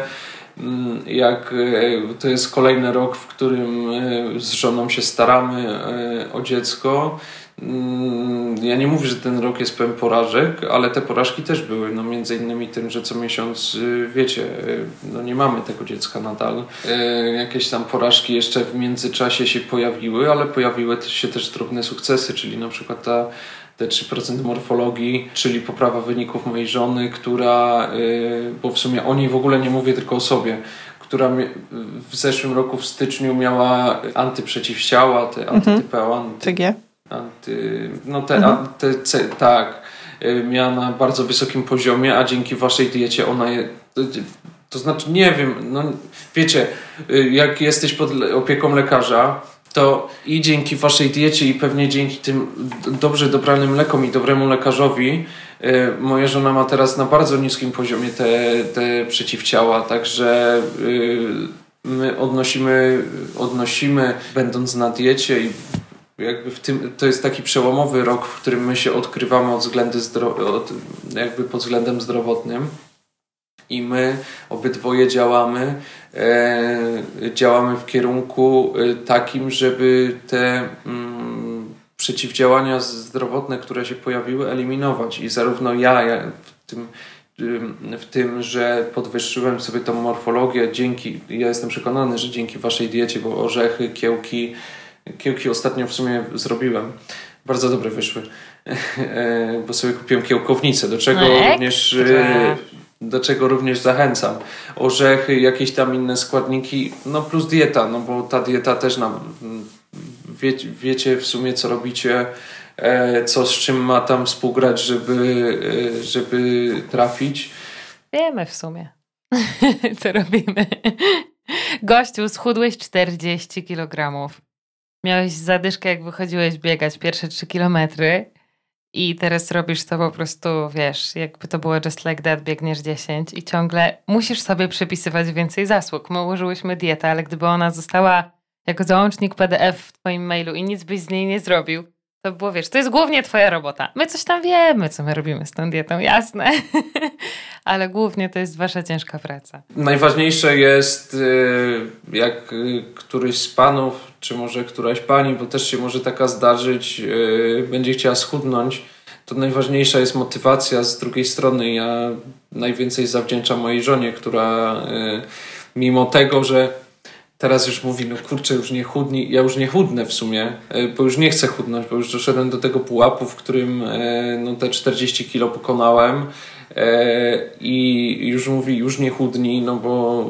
jak to jest kolejny rok, w którym z żoną się staramy o dziecko. Ja nie mówię, że ten rok jest pełen porażek, ale te porażki też były, między innymi tym, że co miesiąc, wiecie, nie mamy tego dziecka nadal. Jakieś tam porażki jeszcze w międzyczasie się pojawiły, ale pojawiły się też drobne sukcesy, czyli na przykład te 3% morfologii, czyli poprawa wyników mojej żony, która, bo w sumie o niej w ogóle nie mówię, tylko o sobie, która w zeszłym roku w styczniu miała antyprzeciwciała, te antytypeła, tak, miała na bardzo wysokim poziomie, a dzięki waszej diecie ona to znaczy, nie wiem, wiecie, jak jesteś pod opieką lekarza, to i dzięki waszej diecie i pewnie dzięki tym dobrze dobranym lekom i dobremu lekarzowi moja żona ma teraz na bardzo niskim poziomie te przeciwciała, także my odnosimy będąc na diecie i jakby to jest taki przełomowy rok, w którym my się odkrywamy pod względem zdrowotnym i my obydwoje działamy w kierunku takim, żeby te przeciwdziałania zdrowotne, które się pojawiły, eliminować. I zarówno ja w tym, że podwyższyłem sobie tą morfologię ja jestem przekonany, że dzięki waszej diecie, bo orzechy, kiełki ostatnio w sumie zrobiłem. Bardzo dobre wyszły. Bo sobie kupiłem kiełkownicę, do czego również zachęcam. Orzechy, jakieś tam inne składniki, plus dieta, bo ta dieta też wiecie w sumie, co robicie, co z czym ma tam współgrać, żeby trafić. Wiemy w sumie, co robimy. Gościu, schudłeś 40 kg. Miałeś zadyszkę, jak wychodziłeś biegać pierwsze 3 kilometry I teraz robisz to po prostu, wiesz, jakby to było just like that, biegniesz 10 i ciągle musisz sobie przypisywać więcej zasług. My ułożyłyśmy dietę, ale gdyby ona została jako załącznik PDF w twoim mailu i nic byś z niej nie zrobił, to było, wiesz, to jest głównie twoja robota. My coś tam wiemy, co my robimy z tą dietą, jasne. Ale głównie to jest wasza ciężka praca. Najważniejsze jest, jak któryś z panów, czy może któraś pani, bo też się może taka zdarzyć, będzie chciała schudnąć, to najważniejsza jest motywacja z drugiej strony. Ja najwięcej zawdzięczam mojej żonie, która mimo tego, że teraz już mówi, no kurczę, już nie chudnij. Ja już nie chudnę w sumie, bo już nie chcę chudnąć, bo już doszedłem do tego pułapu, w którym no, te 40 kilo pokonałem i już mówi, już nie chudnij, no bo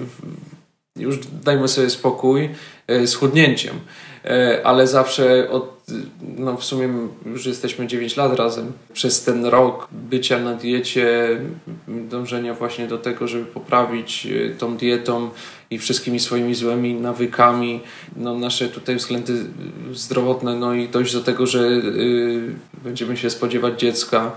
już dajmy sobie spokój z chudnięciem. Ale zawsze no w sumie już jesteśmy 9 lat razem. Przez ten rok bycia na diecie, dążenia właśnie do tego, żeby poprawić tą dietą i wszystkimi swoimi złymi nawykami, no nasze tutaj względy zdrowotne, no i dojść do tego, że będziemy się spodziewać dziecka.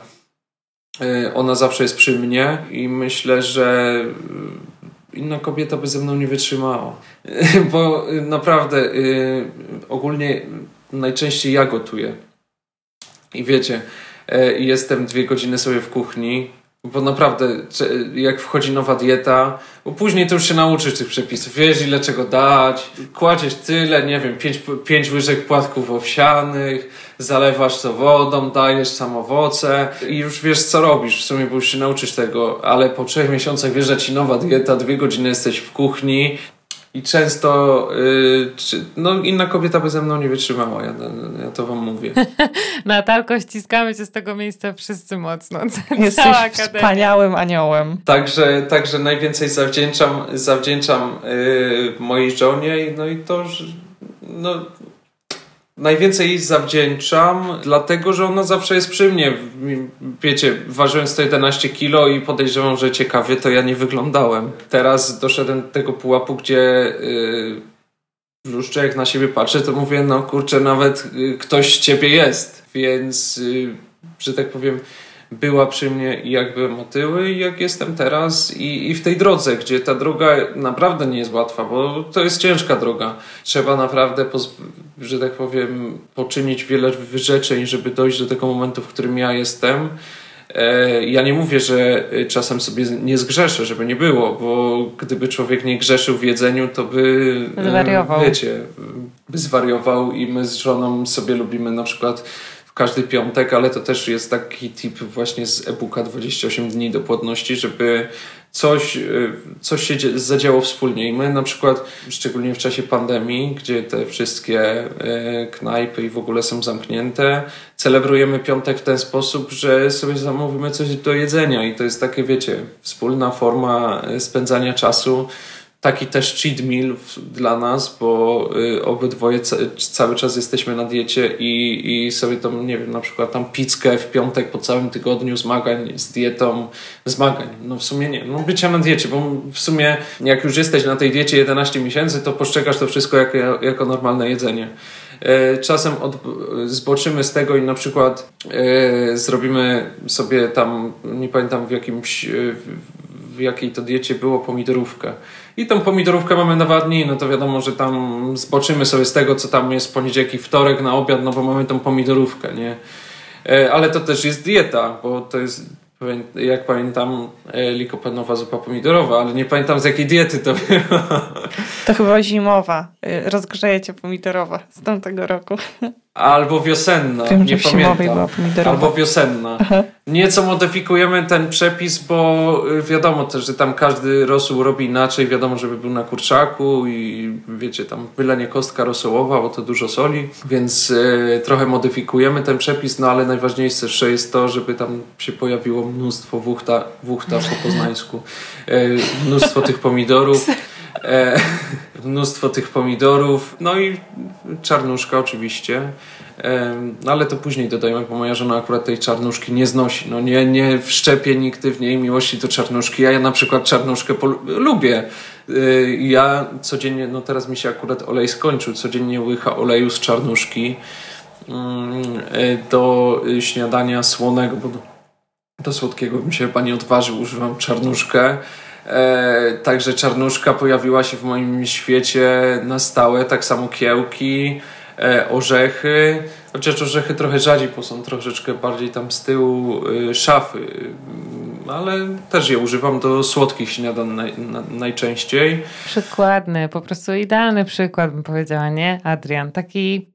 Ona zawsze jest przy mnie i myślę, że inna kobieta by ze mną nie wytrzymała. Bo naprawdę ogólnie najczęściej ja gotuję. I wiecie, jestem 2 godziny sobie w kuchni, bo naprawdę jak wchodzi nowa dieta, bo później to już się nauczysz tych przepisów. Wiesz ile czego dać, kładziesz tyle, nie wiem, 5 łyżek płatków owsianych, zalewasz to wodą, dajesz sam owoce i już wiesz co robisz w sumie, bo już się nauczysz tego, ale po 3 miesiącach wjeżdża ci nowa dieta, 2 godziny jesteś w kuchni i często no inna kobieta by ze mną nie wytrzymała, ja to wam mówię. Natalko, ściskamy cię z tego miejsca wszyscy mocno. Jesteś wspaniałym aniołem. Także najwięcej zawdzięczam mojej żonie, no i to, że no najwięcej jej zawdzięczam, dlatego, że ona zawsze jest przy mnie. Wiecie, ważyłem 111 kilo i podejrzewam, że ciekawie to ja nie wyglądałem. Teraz doszedłem do tego pułapu, gdzie w lustrze jak na siebie patrzę, to mówię, no kurczę, nawet ktoś z ciebie jest. Więc, że tak powiem, była przy mnie i jak byłem otyły i jak jestem teraz i w tej drodze, gdzie ta droga naprawdę nie jest łatwa, bo to jest ciężka droga. Trzeba naprawdę, że tak powiem, poczynić wiele wyrzeczeń, żeby dojść do tego momentu, w którym ja jestem. Ja nie mówię, że czasem sobie nie zgrzeszę, żeby nie było, bo gdyby człowiek nie grzeszył w jedzeniu, to by zwariował. Wiecie, by zwariował i my z żoną sobie lubimy na przykład każdy piątek, ale to też jest taki tip właśnie z e-booka 28 dni do płodności, żeby coś się zadziało wspólnie. I my na przykład, szczególnie w czasie pandemii, gdzie te wszystkie knajpy i w ogóle są zamknięte, celebrujemy piątek w ten sposób, że sobie zamówimy coś do jedzenia i to jest takie, wiecie, wspólna forma spędzania czasu. Taki też cheat meal dla nas, bo obydwoje cały czas jesteśmy na diecie i sobie tam, nie wiem, na przykład tam pizzkę w piątek po całym tygodniu zmagań z dietą, no w sumie nie, no bycia na diecie, bo w sumie jak już jesteś na tej diecie 11 miesięcy, to postrzegasz to wszystko jako normalne jedzenie. Czasem zboczymy z tego i na przykład zrobimy sobie tam, nie pamiętam w jakiej to diecie było, pomidorówkę. I tą pomidorówkę mamy na 2 dni, no to wiadomo, że tam zboczymy sobie z tego, co tam jest poniedziałek i wtorek na obiad, no bo mamy tą pomidorówkę, nie? Ale to też jest dieta, bo to jest, jak pamiętam, likopenowa zupa pomidorowa, ale nie pamiętam z jakiej diety to było. To chyba zimowa, rozgrzejecie pomidorowa z tamtego roku. Albo wiosenna, wiem, nie że pamiętam. Była pomidorowa. Albo wiosenna. Aha. Nieco modyfikujemy ten przepis, bo wiadomo też, że tam każdy rosół robi inaczej. Wiadomo, żeby był na kurczaku i wiecie, tam byle nie kostka rosołowa, bo to dużo soli, więc trochę modyfikujemy ten przepis, no ale najważniejsze jest to, żeby tam się pojawiło mnóstwo wuchta po poznańsku. Mnóstwo tych pomidorów. Mnóstwo tych pomidorów, no i czarnuszka oczywiście, ale to później dodajemy, bo moja żona akurat tej czarnuszki nie znosi, no nie wszczepie nigdy w niej miłości do czarnuszki, a ja na przykład czarnuszkę lubię. Ja codziennie, no teraz mi się akurat olej skończył, codziennie łycha oleju z czarnuszki do śniadania słonego, bo do słodkiego bym się chyba nie odważył, używam czarnuszkę. Także czarnuszka pojawiła się w moim świecie na stałe, tak samo kiełki, orzechy, chociaż orzechy trochę rzadziej, bo są troszeczkę bardziej tam z tyłu szafy, ale też je używam do słodkich śniadań najczęściej. Przykładny, po prostu idealny przykład bym powiedziała, nie? Adrian, taki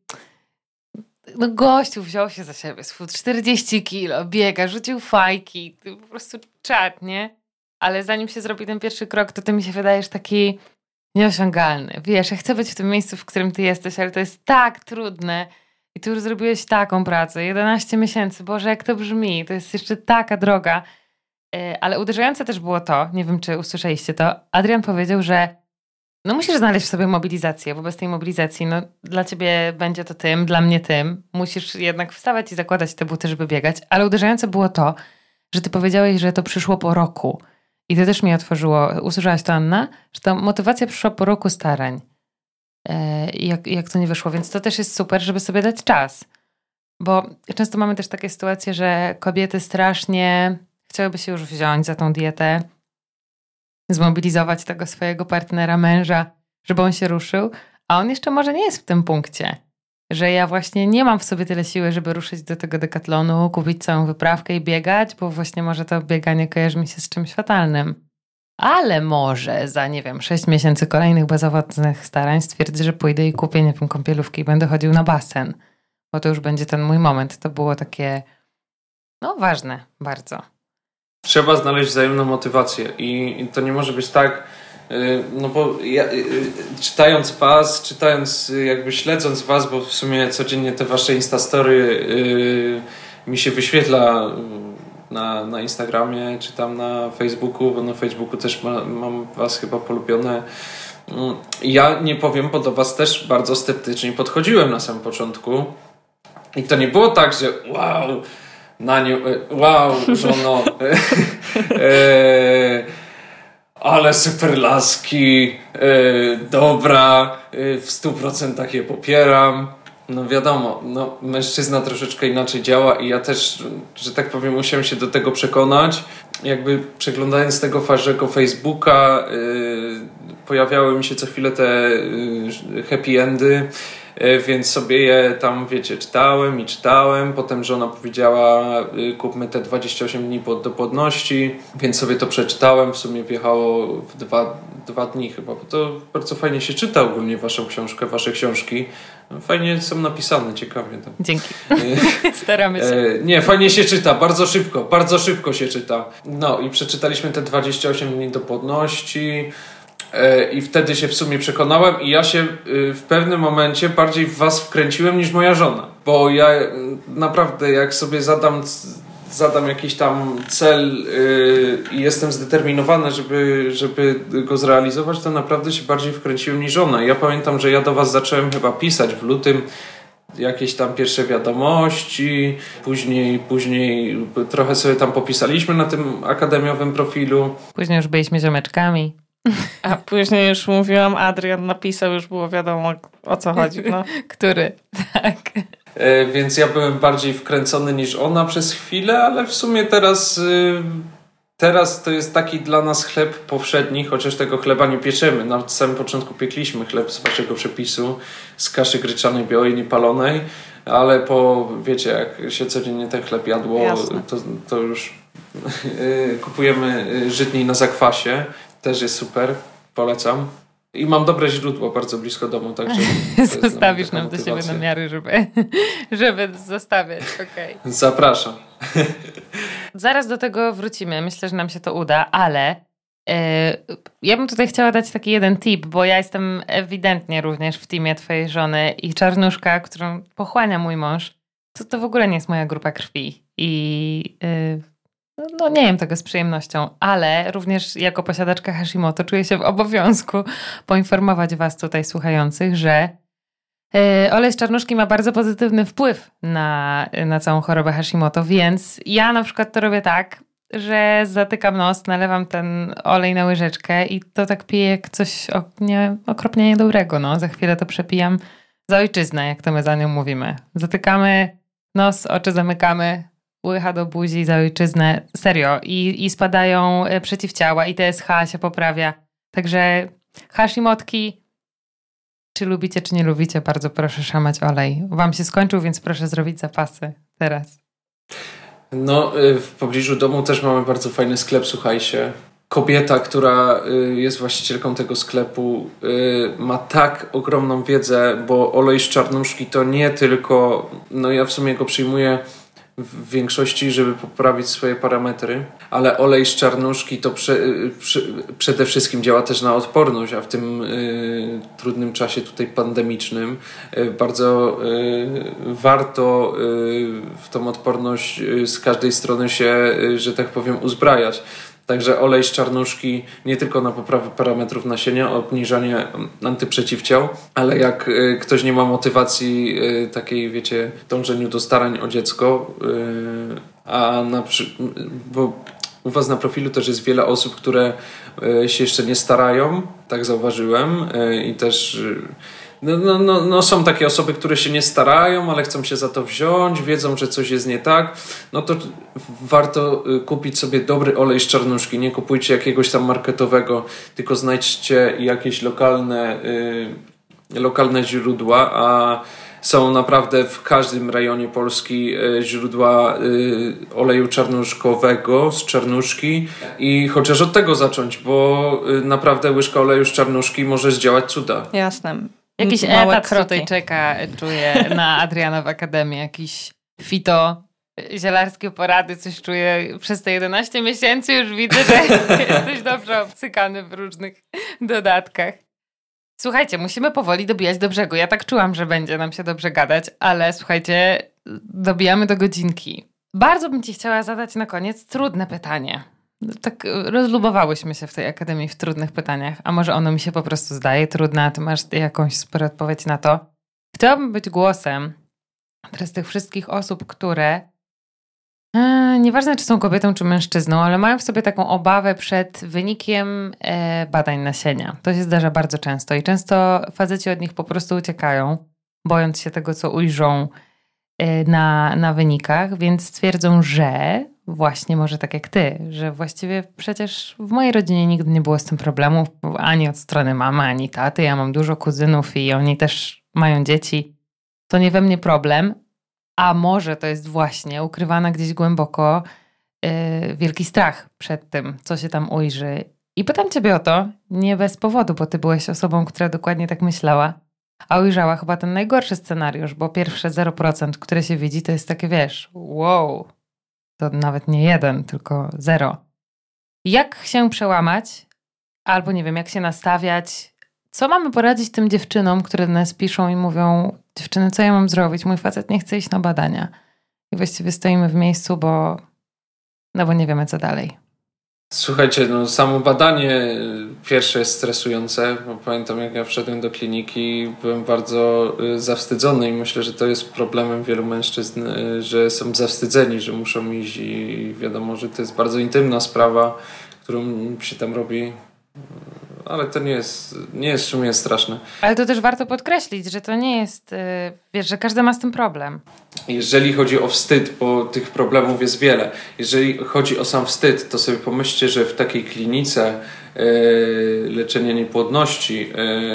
gościu wziął się za siebie, 40 kilo, biega, rzucił fajki, po prostu czad, nie? Ale zanim się zrobi ten pierwszy krok, to ty mi się wydajesz taki nieosiągalny. Wiesz, ja chcę być w tym miejscu, w którym ty jesteś, ale to jest tak trudne. I ty już zrobiłeś taką pracę. 11 miesięcy. Boże, jak to brzmi. To jest jeszcze taka droga. Ale uderzające też było to, nie wiem, czy usłyszeliście to, Adrian powiedział, że musisz znaleźć w sobie mobilizację, bo bez tej mobilizacji, dla ciebie będzie to tym, dla mnie tym. Musisz jednak wstawać i zakładać te buty, żeby biegać. Ale uderzające było to, że ty powiedziałeś, że to przyszło po roku. I to też mi otworzyło, usłyszałaś to, Anna, że ta motywacja przyszła po roku starań. Jak to nie wyszło, więc to też jest super, żeby sobie dać czas. Bo często mamy też takie sytuacje, że kobiety strasznie chciałyby się już wziąć za tą dietę, zmobilizować tego swojego partnera, męża, żeby on się ruszył, a on jeszcze może nie jest w tym punkcie, że ja właśnie nie mam w sobie tyle siły, żeby ruszyć do tego dekatlonu, kupić całą wyprawkę i biegać, bo właśnie może to bieganie kojarzy mi się z czymś fatalnym. Ale może za, 6 miesięcy kolejnych bezowocnych starań stwierdzę, że pójdę i kupię, kąpielówki i będę chodził na basen. Bo to już będzie ten mój moment. To było takie, ważne bardzo. Trzeba znaleźć wzajemną motywację i to nie może być tak, bo ja, czytając was, śledząc was, bo w sumie codziennie te wasze Instastory mi się wyświetla na Instagramie, czy tam na Facebooku, bo na Facebooku też mam was chyba polubione. Ja nie powiem, bo do was też bardzo sceptycznie podchodziłem na samym początku. I to nie było tak, że wow, żono, ale super laski, dobra, w 100% je popieram. Wiadomo, mężczyzna troszeczkę inaczej działa i ja też, że tak powiem, musiałem się do tego przekonać. Jakby przeglądając tego waszego Facebooka, pojawiały mi się co chwilę te happy endy, więc sobie je tam, czytałem. Potem żona powiedziała, kupmy te 28 dni do płodności, więc sobie to przeczytałem. W sumie wjechało w dwa dni chyba, bo to bardzo fajnie się czyta ogólnie wasze książki. Fajnie są napisane, ciekawie. Tak. Dzięki. Staramy się. Nie, fajnie się czyta, bardzo szybko się czyta. I przeczytaliśmy te 28 dni do płodności. I wtedy się w sumie przekonałem i ja się w pewnym momencie bardziej w was wkręciłem niż moja żona. Bo ja naprawdę jak sobie zadam jakiś tam cel i jestem zdeterminowany, żeby go zrealizować, to naprawdę się bardziej wkręciłem niż ona. Ja pamiętam, że ja do was zacząłem chyba pisać w lutym jakieś tam pierwsze wiadomości, później trochę sobie tam popisaliśmy na tym akademiowym profilu. Później już byliśmy ziomeczkami. A później już mówiłam, Adrian napisał, już było wiadomo, o co chodzi. Który? Tak. Więc ja byłem bardziej wkręcony niż ona przez chwilę, ale w sumie teraz to jest taki dla nas chleb powszedni, chociaż tego chleba nie pieczemy. Na samym początku piekliśmy chleb z waszego przepisu, z kaszy gryczanej białej, niepalonej, ale wiecie, jak się codziennie ten chleb jadło, to już kupujemy żytni na zakwasie. Też jest super, polecam. I mam dobre źródło bardzo blisko domu, także... Zostawisz nam do siebie namiary, żeby zostawiać, okej. Zapraszam. Zaraz do tego wrócimy, myślę, że nam się to uda, ale ja bym tutaj chciała dać taki jeden tip, bo ja jestem ewidentnie również w teamie twojej żony i czarnuszka, którą pochłania mój mąż, to w ogóle nie jest moja grupa krwi i... nie jem tego z przyjemnością, ale również jako posiadaczka Hashimoto czuję się w obowiązku poinformować was tutaj słuchających, że olej z czarnuszki ma bardzo pozytywny wpływ na całą chorobę Hashimoto, więc ja na przykład to robię tak, że zatykam nos, nalewam ten olej na łyżeczkę i to tak piję jak coś okropnie niedobrego. Za chwilę to przepijam za ojczyznę, jak to my za nią mówimy. Zatykamy nos, oczy zamykamy, łycha do buzi za ojczyznę. Serio. I spadają przeciwciała i TSH się poprawia. Także Hashimotki, czy lubicie, czy nie lubicie, bardzo proszę szamać olej. Wam się skończył, więc proszę zrobić zapasy teraz. No, w pobliżu domu też mamy bardzo fajny sklep, słuchajcie. Kobieta, która jest właścicielką tego sklepu, ma tak ogromną wiedzę, bo olej z czarnuszki to nie tylko, no ja w sumie go przyjmuję w większości, żeby poprawić swoje parametry, ale olej z czarnuszki to przede wszystkim działa też na odporność, a w tym trudnym czasie tutaj pandemicznym bardzo warto w tą odporność z każdej strony się, że tak powiem, uzbrajać. Także olej z czarnuszki nie tylko na poprawę parametrów nasienia, obniżanie antyprzeciwciał, ale jak ktoś nie ma motywacji takiej, wiecie, dążeniu do starań o dziecko, bo u was na profilu też jest wiele osób, które się jeszcze nie starają, tak zauważyłem, i też no, są takie osoby, które się nie starają, ale chcą się za to wziąć, wiedzą, że coś jest nie tak, no to warto kupić sobie dobry olej z czarnuszki. Nie kupujcie jakiegoś tam marketowego, tylko znajdźcie jakieś lokalne źródła, a są naprawdę w każdym rejonie Polski źródła oleju czarnuszkowego z czarnuszki i chociaż od tego zacząć, bo naprawdę łyżka oleju z czarnuszki może zdziałać cuda. Jasne. Jakiś etat tutaj czeka, czuję, na Adriana w Akademii. Jakiś zielarski porady, coś czuję przez te 11 miesięcy. Już widzę, że jesteś dobrze obcykany w różnych dodatkach. Słuchajcie, musimy powoli dobijać do brzegu. Ja tak czułam, że będzie nam się dobrze gadać, ale słuchajcie, dobijamy do godzinki. Bardzo bym ci chciała zadać na koniec trudne pytanie. Tak rozlubowałyśmy się w tej Akademii w trudnych pytaniach, a może ono mi się po prostu zdaje trudne, a ty masz jakąś super odpowiedź na to. Chciałabym być głosem teraz tych wszystkich osób, które nieważne czy są kobietą czy mężczyzną, ale mają w sobie taką obawę przed wynikiem badań nasienia. To się zdarza bardzo często i często faceci od nich po prostu uciekają, bojąc się tego, co ujrzą na wynikach, więc stwierdzą, że właśnie może tak jak ty, że właściwie przecież w mojej rodzinie nigdy nie było z tym problemów, ani od strony mamy, ani taty. Ja mam dużo kuzynów i oni też mają dzieci. To nie we mnie problem, a może to jest właśnie ukrywana gdzieś głęboko wielki strach przed tym, co się tam ujrzy. I pytam ciebie o to nie bez powodu, bo ty byłeś osobą, która dokładnie tak myślała, a ujrzała chyba ten najgorszy scenariusz, bo pierwsze 0%, które się widzi, to jest takie, wiesz, wow, to nawet nie 1, tylko 0. Jak się przełamać? Albo nie wiem, jak się nastawiać? Co mamy poradzić tym dziewczynom, które do nas piszą i mówią, dziewczyny, co ja mam zrobić? Mój facet nie chce iść na badania. I właściwie stoimy w miejscu, bo nie wiemy, co dalej. Słuchajcie, samo badanie pierwsze jest stresujące, bo pamiętam, jak ja wszedłem do kliniki, byłem bardzo zawstydzony i myślę, że to jest problemem wielu mężczyzn, że są zawstydzeni, że muszą iść i wiadomo, że to jest bardzo intymna sprawa, którą się tam robi, ale to nie jest w sumie straszne. Ale to też warto podkreślić, że to nie jest, wiesz, że każdy ma z tym problem. Jeżeli chodzi o wstyd, bo tych problemów jest wiele, jeżeli chodzi o sam wstyd, to sobie pomyślcie, że w takiej klinice leczenia niepłodności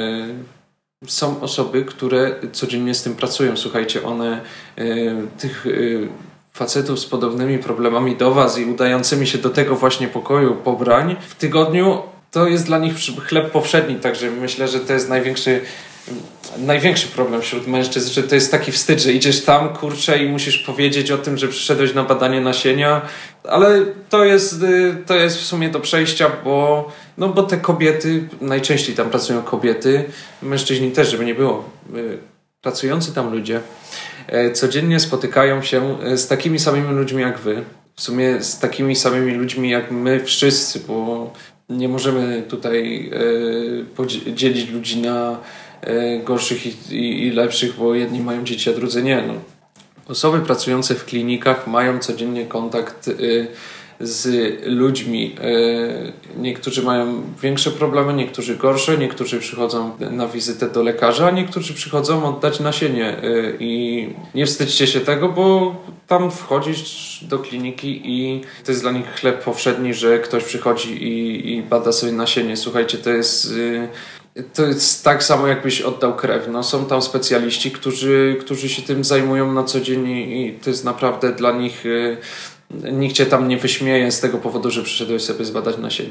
są osoby, które codziennie z tym pracują. Słuchajcie, one tych facetów z podobnymi problemami do was i udającymi się do tego właśnie pokoju pobrań w tygodniu, to jest dla nich chleb powszedni, także myślę, że to jest największy problem wśród mężczyzn, że to jest taki wstyd, że idziesz tam, kurczę, i musisz powiedzieć o tym, że przyszedłeś na badanie nasienia, ale to jest w sumie do przejścia, bo te kobiety, najczęściej tam pracują kobiety, mężczyźni też, żeby nie było, pracujący tam ludzie, codziennie spotykają się z takimi samymi ludźmi jak wy, w sumie z takimi samymi ludźmi jak my wszyscy, bo nie możemy tutaj dzielić ludzi na gorszych i lepszych, bo jedni mają dzieci, a drudzy nie. Osoby pracujące w klinikach mają codziennie kontakt z ludźmi. Niektórzy mają większe problemy, niektórzy gorsze, niektórzy przychodzą na wizytę do lekarza, a niektórzy przychodzą oddać nasienie. I nie wstydźcie się tego, bo tam wchodzisz do kliniki i to jest dla nich chleb powszedni, że ktoś przychodzi i bada sobie nasienie. Słuchajcie, to jest tak samo, jakbyś oddał krew. No, są tam specjaliści, którzy się tym zajmują na co dzień i to jest naprawdę dla nich... Nikt cię tam nie wyśmieje z tego powodu, że przyszedłeś sobie zbadać nasienie.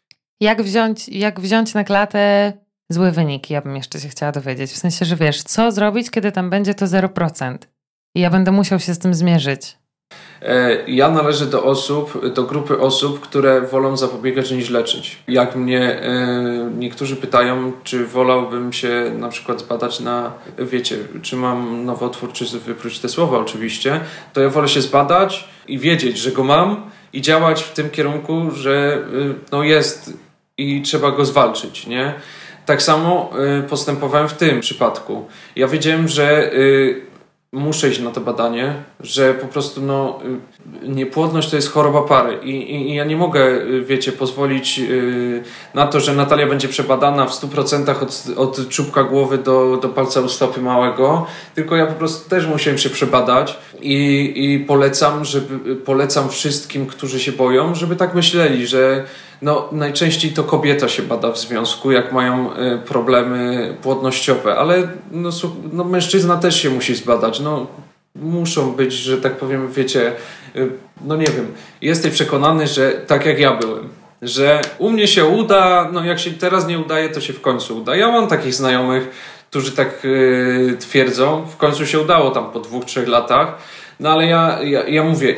Jak wziąć na klatę złe wyniki? Ja bym jeszcze się chciała dowiedzieć. W sensie, że wiesz, co zrobić, kiedy tam będzie to 0%? I ja będę musiał się z tym zmierzyć. Ja należę do grupy osób, które wolą zapobiegać niż leczyć. Jak mnie niektórzy pytają, czy wolałbym się na przykład zbadać na, wiecie, czy mam nowotwór, czy wypróć te słowa oczywiście, to ja wolę się zbadać i wiedzieć, że go mam i działać w tym kierunku, że no jest i trzeba go zwalczyć, nie? Tak samo postępowałem w tym przypadku. Ja wiedziałem, że muszę iść na to badanie, że po prostu niepłodność to jest choroba pary i ja nie mogę, wiecie, pozwolić na to, że Natalia będzie przebadana w 100% od czubka głowy do palca u stopy małego, tylko ja po prostu też musiałem się przebadać i polecam wszystkim, którzy się boją, żeby tak myśleli, że najczęściej to kobieta się bada w związku, jak mają problemy płodnościowe, ale mężczyzna też się musi zbadać. Muszą być, że tak powiem, wiecie, nie wiem, jesteś przekonany, że tak jak ja byłem, że u mnie się uda, jak się teraz nie udaje, to się w końcu uda. Ja mam takich znajomych, którzy tak twierdzą, w końcu się udało tam po 2-3 latach, ale ja mówię,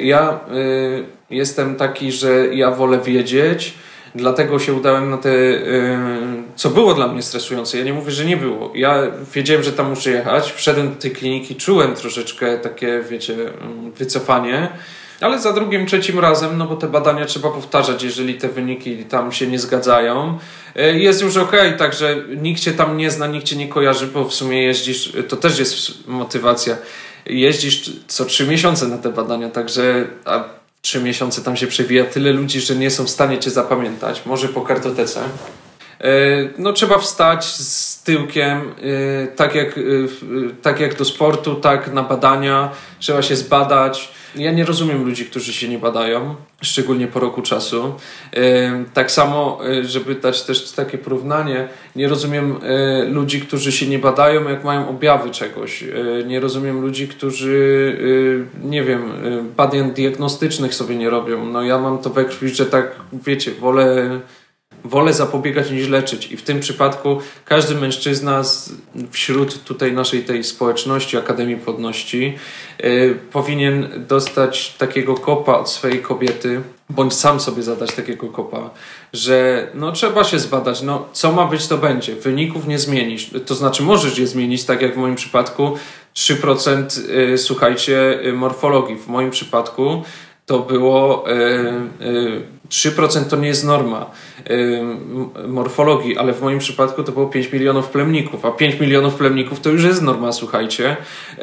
jestem taki, że ja wolę wiedzieć, dlatego się udałem na te, co było dla mnie stresujące. Ja nie mówię, że nie było. Ja wiedziałem, że tam muszę jechać. Wszedłem do tej kliniki, czułem troszeczkę takie, wiecie, wycofanie, ale za drugim, trzecim razem, bo te badania trzeba powtarzać, jeżeli te wyniki tam się nie zgadzają. Jest już okej, także nikt cię tam nie zna, nikt cię nie kojarzy, bo w sumie jeździsz, to też jest motywacja. Jeździsz co 3 miesiące na te badania, także 3 miesiące tam się przewija tyle ludzi, że nie są w stanie cię zapamiętać. Może po kartotece. Trzeba wstać z tyłkiem, tak jak do sportu, tak na badania. Trzeba się zbadać. Ja nie rozumiem ludzi, którzy się nie badają, szczególnie po roku czasu. Tak samo, żeby dać też takie porównanie, nie rozumiem ludzi, którzy się nie badają, jak mają objawy czegoś. Nie rozumiem ludzi, którzy, nie wiem, badań diagnostycznych sobie nie robią. Ja mam to we krwi, że tak, wiecie, wolę zapobiegać niż leczyć. I w tym przypadku każdy mężczyzna wśród tutaj naszej tej społeczności, Akademii Płodności powinien dostać takiego kopa od swojej kobiety, bądź sam sobie zadać takiego kopa, że trzeba się zbadać, co ma być, to będzie. Wyników nie zmienisz. To znaczy możesz je zmienić, tak jak w moim przypadku 3% słuchajcie, morfologii. W moim przypadku to było 3% to nie jest norma morfologii, ale w moim przypadku to było 5 milionów plemników, a 5 milionów plemników to już jest norma, słuchajcie.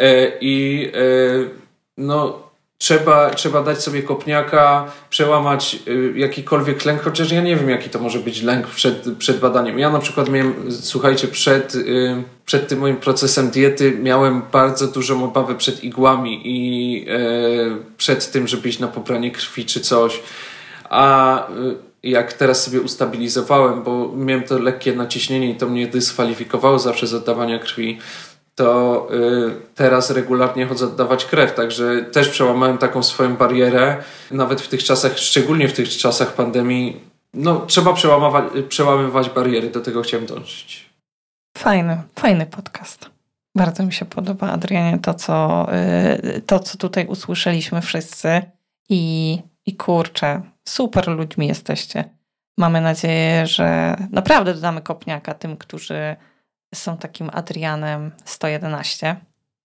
Trzeba dać sobie kopniaka, przełamać jakikolwiek lęk, chociaż ja nie wiem, jaki to może być lęk przed badaniem. Ja na przykład miałem, słuchajcie, przed tym moim procesem diety miałem bardzo dużą obawę przed igłami i przed tym, żeby iść na pobranie krwi czy coś. A jak teraz sobie ustabilizowałem, bo miałem to lekkie naciśnienie i to mnie dyskwalifikowało zawsze z oddawania krwi, to teraz regularnie chodzę oddawać krew, także też przełamałem taką swoją barierę. Nawet w tych czasach, szczególnie w tych czasach pandemii, trzeba przełamywać bariery, do tego chciałem dążyć. Fajny podcast. Bardzo mi się podoba, Adrianie, to co tutaj usłyszeliśmy wszyscy i kurczę, super ludźmi jesteście. Mamy nadzieję, że naprawdę dodamy kopniaka tym, którzy są takim Adrianem 111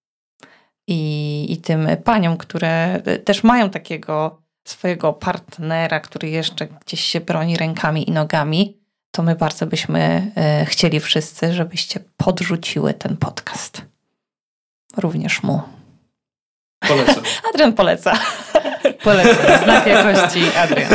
i tym paniom, które też mają takiego swojego partnera, który jeszcze gdzieś się broni rękami i nogami, to my bardzo byśmy chcieli wszyscy, żebyście podrzuciły ten podcast. Również mu. Polecam. Adrian poleca. Polecam. Znak jakości Adrian.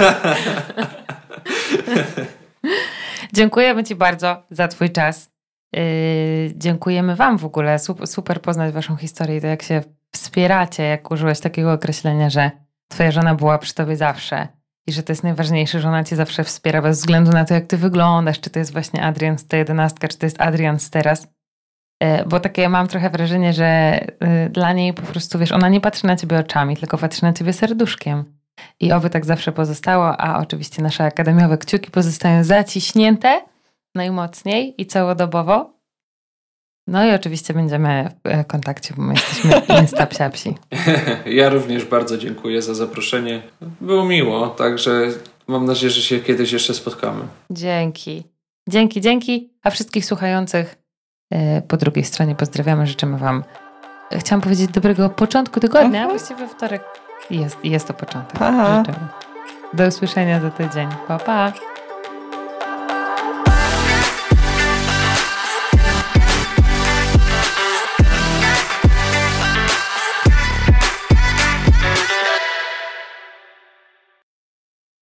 Dziękujemy Ci bardzo za Twój czas. Dziękujemy Wam w ogóle. Super poznać Waszą historię i to, jak się wspieracie, jak użyłeś takiego określenia, że Twoja żona była przy Tobie zawsze i że to jest najważniejsze, że ona Cię zawsze wspiera bez względu na to, jak Ty wyglądasz, czy to jest właśnie Adrian z tej 11, czy to jest Adrian z teraz. Bo takie mam trochę wrażenie, że dla niej po prostu, wiesz, ona nie patrzy na Ciebie oczami, tylko patrzy na Ciebie serduszkiem. I oby tak zawsze pozostało, a oczywiście nasze akademiowe kciuki pozostają zaciśnięte najmocniej i całodobowo. No i oczywiście będziemy w kontakcie, bo my jesteśmy insta-psiapsi. Ja również bardzo dziękuję za zaproszenie. Było miło, także mam nadzieję, że się kiedyś jeszcze spotkamy. Dzięki. A wszystkich słuchających po drugiej stronie pozdrawiamy, życzymy Wam, chciałam powiedzieć, dobrego początku tygodnia, a właściwie wtorek jest to początek. Życzymy. Do usłyszenia za tydzień. Pa, pa.